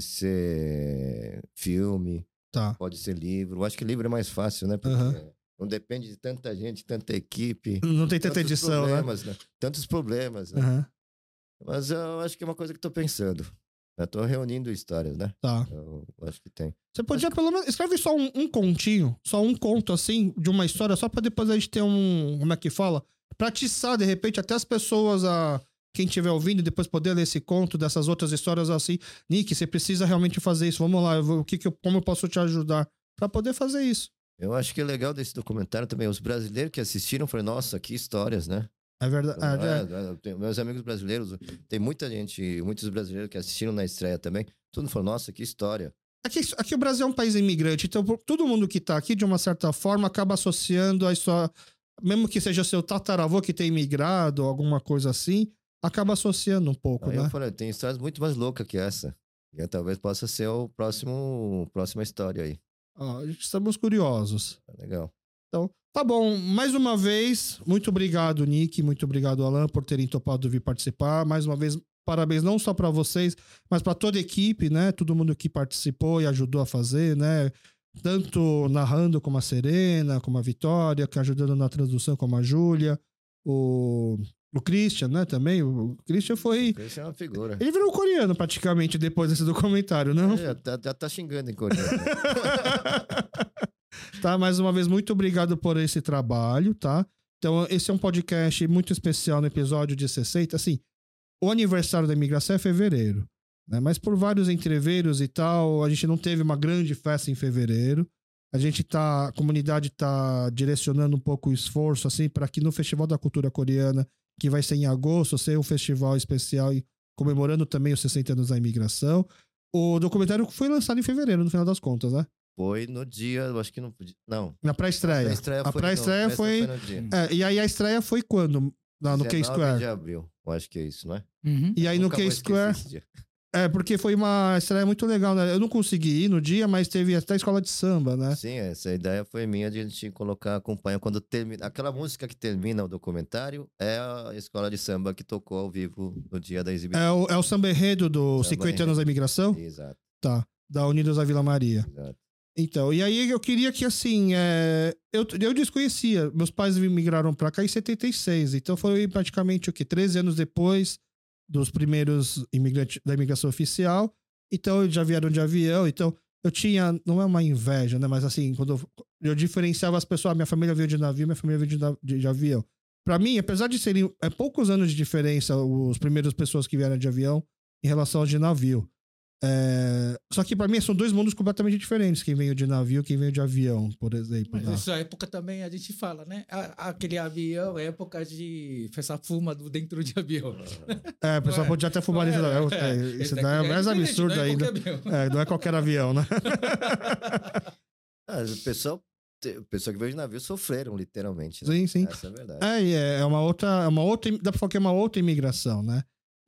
ser filme, pode ser livro. Eu acho que livro é mais fácil, né? Porque não depende de tanta gente, tanta equipe. Não tem tanta edição, né? Tantos problemas, né? Mas eu acho que é uma coisa que estou pensando. Eu tô reunindo histórias, né? Eu acho que tem. Você podia pelo menos... Escreve só um continho, só um conto, assim, de uma história, só pra depois a gente ter como é que fala? Pra atiçar, de repente, até as pessoas, quem estiver ouvindo, depois poder ler esse conto dessas outras histórias assim. Nick, você precisa realmente fazer isso. Vamos lá, como eu posso te ajudar? Pra poder fazer isso. Eu acho que é legal desse documentário também. Os brasileiros que assistiram falaram, nossa, que histórias, né? É verdade. Meus amigos brasileiros, tem muitos brasileiros que assistiram na estreia também. Todo mundo falou, nossa, que história. Aqui o Brasil é um país imigrante, então todo mundo que tá aqui, de uma certa forma, acaba associando a história, mesmo que seja seu tataravô que tenha imigrado ou alguma coisa assim, acaba associando um pouco, né? Eu falei, tem histórias muito mais loucas que essa. E talvez possa ser próxima história aí. Estamos curiosos. Legal. Então, tá bom. Mais uma vez, muito obrigado, Nick. Muito obrigado, Alan, por terem topado vir participar. Mais uma vez, parabéns não só para vocês, mas para toda a equipe, né? Todo mundo que participou e ajudou a fazer, né? Tanto narrando como a Serena, como a Vitória, que ajudando na tradução como a Júlia, o Christian, né, também. O Christian foi... O Christian é uma figura. Ele virou coreano, praticamente, depois desse documentário, não? Já tá xingando em coreano. Tá, mais uma vez, muito obrigado por esse trabalho, tá? Então, esse é um podcast muito especial no episódio de 60. Assim, o aniversário da imigração é fevereiro, né? Mas por vários entreveros e tal, a gente não teve uma grande festa em fevereiro. A comunidade tá direcionando um pouco o esforço, assim, para que no Festival da Cultura Coreana, que vai ser em agosto, ser um festival especial e comemorando também os 60 anos da imigração. O documentário foi lançado em fevereiro, no final das contas, né? Foi no dia, eu acho que não podia. Não. Na pré-estreia. A pré-estreia foi no dia. E aí a estreia foi quando? Lá no K-Square. De abril, eu acho que é isso, não é? E aí no K-Square. Porque foi uma estreia muito legal, né? Eu não consegui ir no dia, mas teve até a escola de samba, né? Sim, essa ideia foi minha de a gente acompanhar quando termina. Aquela música que termina o documentário é a escola de samba que tocou ao vivo no dia da exibição. É o samba enredo do 50 anos da imigração? Exato. Tá. Da Unidos da Vila Maria. Exato. Então, e aí eu queria que, assim, eu desconhecia. Meus pais migraram pra cá em 76, então foi praticamente, 13 anos depois dos primeiros imigrantes da imigração oficial. Então, eles já vieram de avião, então eu tinha, não é uma inveja, né, mas assim, quando eu diferenciava as pessoas, minha família veio de navio, minha família veio de avião. Pra mim, apesar de serem poucos anos de diferença, os primeiros pessoas que vieram de avião em relação aos de navio. Só que pra mim são dois mundos completamente diferentes. Quem veio de navio, quem veio de avião, por exemplo. Mas nessa época também a gente fala, né? Aquele avião, época de festa fuma dentro de avião. O pessoal podia até fumar dentro do avião. Isso daí é mais absurdo ainda. Não é qualquer avião, né? O pessoal que veio de navio sofreram, literalmente. Né? Sim. Essa é a verdade. É uma outra. Dá pra falar que é uma outra imigração, né?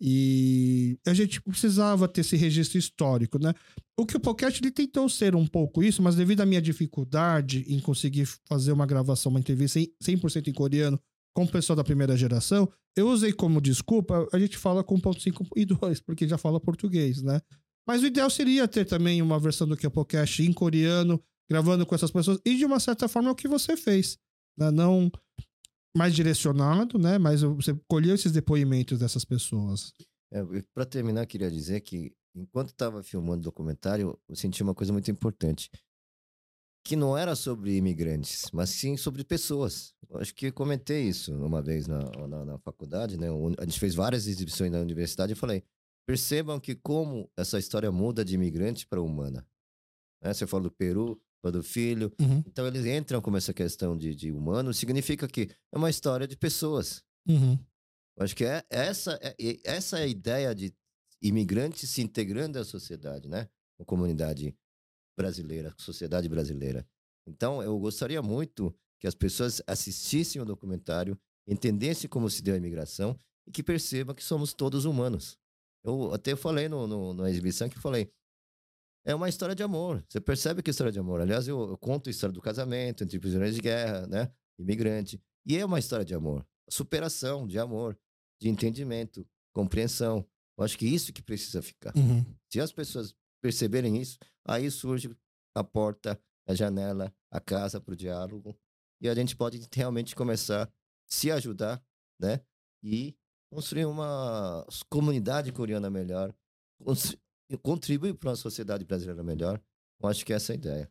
E a gente precisava ter esse registro histórico, né? O que o podcast ele tentou ser um pouco isso, mas devido à minha dificuldade em conseguir fazer uma gravação, uma entrevista 100% em coreano com o pessoal da primeira geração, eu usei como desculpa, a gente fala com 1.5 e 2, porque já fala português, né? Mas o ideal seria ter também uma versão do podcast em coreano, gravando com essas pessoas, e de uma certa forma é o que você fez, né? Não mais direcionado, né? Mas você colheu esses depoimentos dessas pessoas. Para terminar, queria dizer que enquanto estava filmando o documentário, eu senti uma coisa muito importante, que não era sobre imigrantes, mas sim sobre pessoas. Eu acho que eu comentei isso uma vez na faculdade, né? A gente fez várias exibições na universidade e falei, percebam que como essa história muda de imigrante para humana. Né? Você falou do Peru, do filho. Uhum. Então eles entram com essa questão de humano, significa que é uma história de pessoas. Uhum. Eu acho que essa é a ideia de imigrantes se integrando à sociedade, né? A comunidade brasileira, a sociedade brasileira. Então eu gostaria muito que as pessoas assistissem o documentário, entendessem como se deu a imigração e que percebam que somos todos humanos. Eu até falei na exibição que falei, é uma história de amor. Você percebe que é história de amor. Aliás, eu conto a história do casamento entre prisioneiros de guerra, né? Imigrante. E é uma história de amor. Superação, de amor, de entendimento, compreensão. Eu acho que isso que precisa ficar. Uhum. Se as pessoas perceberem isso, aí surge a porta, a janela, a casa para o diálogo. E a gente pode realmente começar a se ajudar, né? E construir uma comunidade coreana melhor. Contribuir para uma sociedade brasileira melhor. Eu acho que essa é a ideia.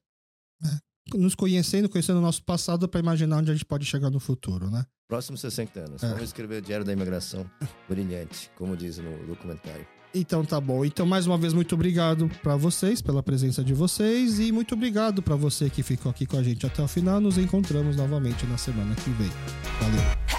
Nos conhecendo o nosso passado para imaginar onde a gente pode chegar no futuro, né? Próximos 60 anos. Vamos escrever o Diário da Imigração brilhante, como diz no documentário. Então tá bom. Então mais uma vez muito obrigado para vocês, pela presença de vocês, e muito obrigado para você que ficou aqui com a gente até o final. Nos encontramos novamente na semana que vem. Valeu!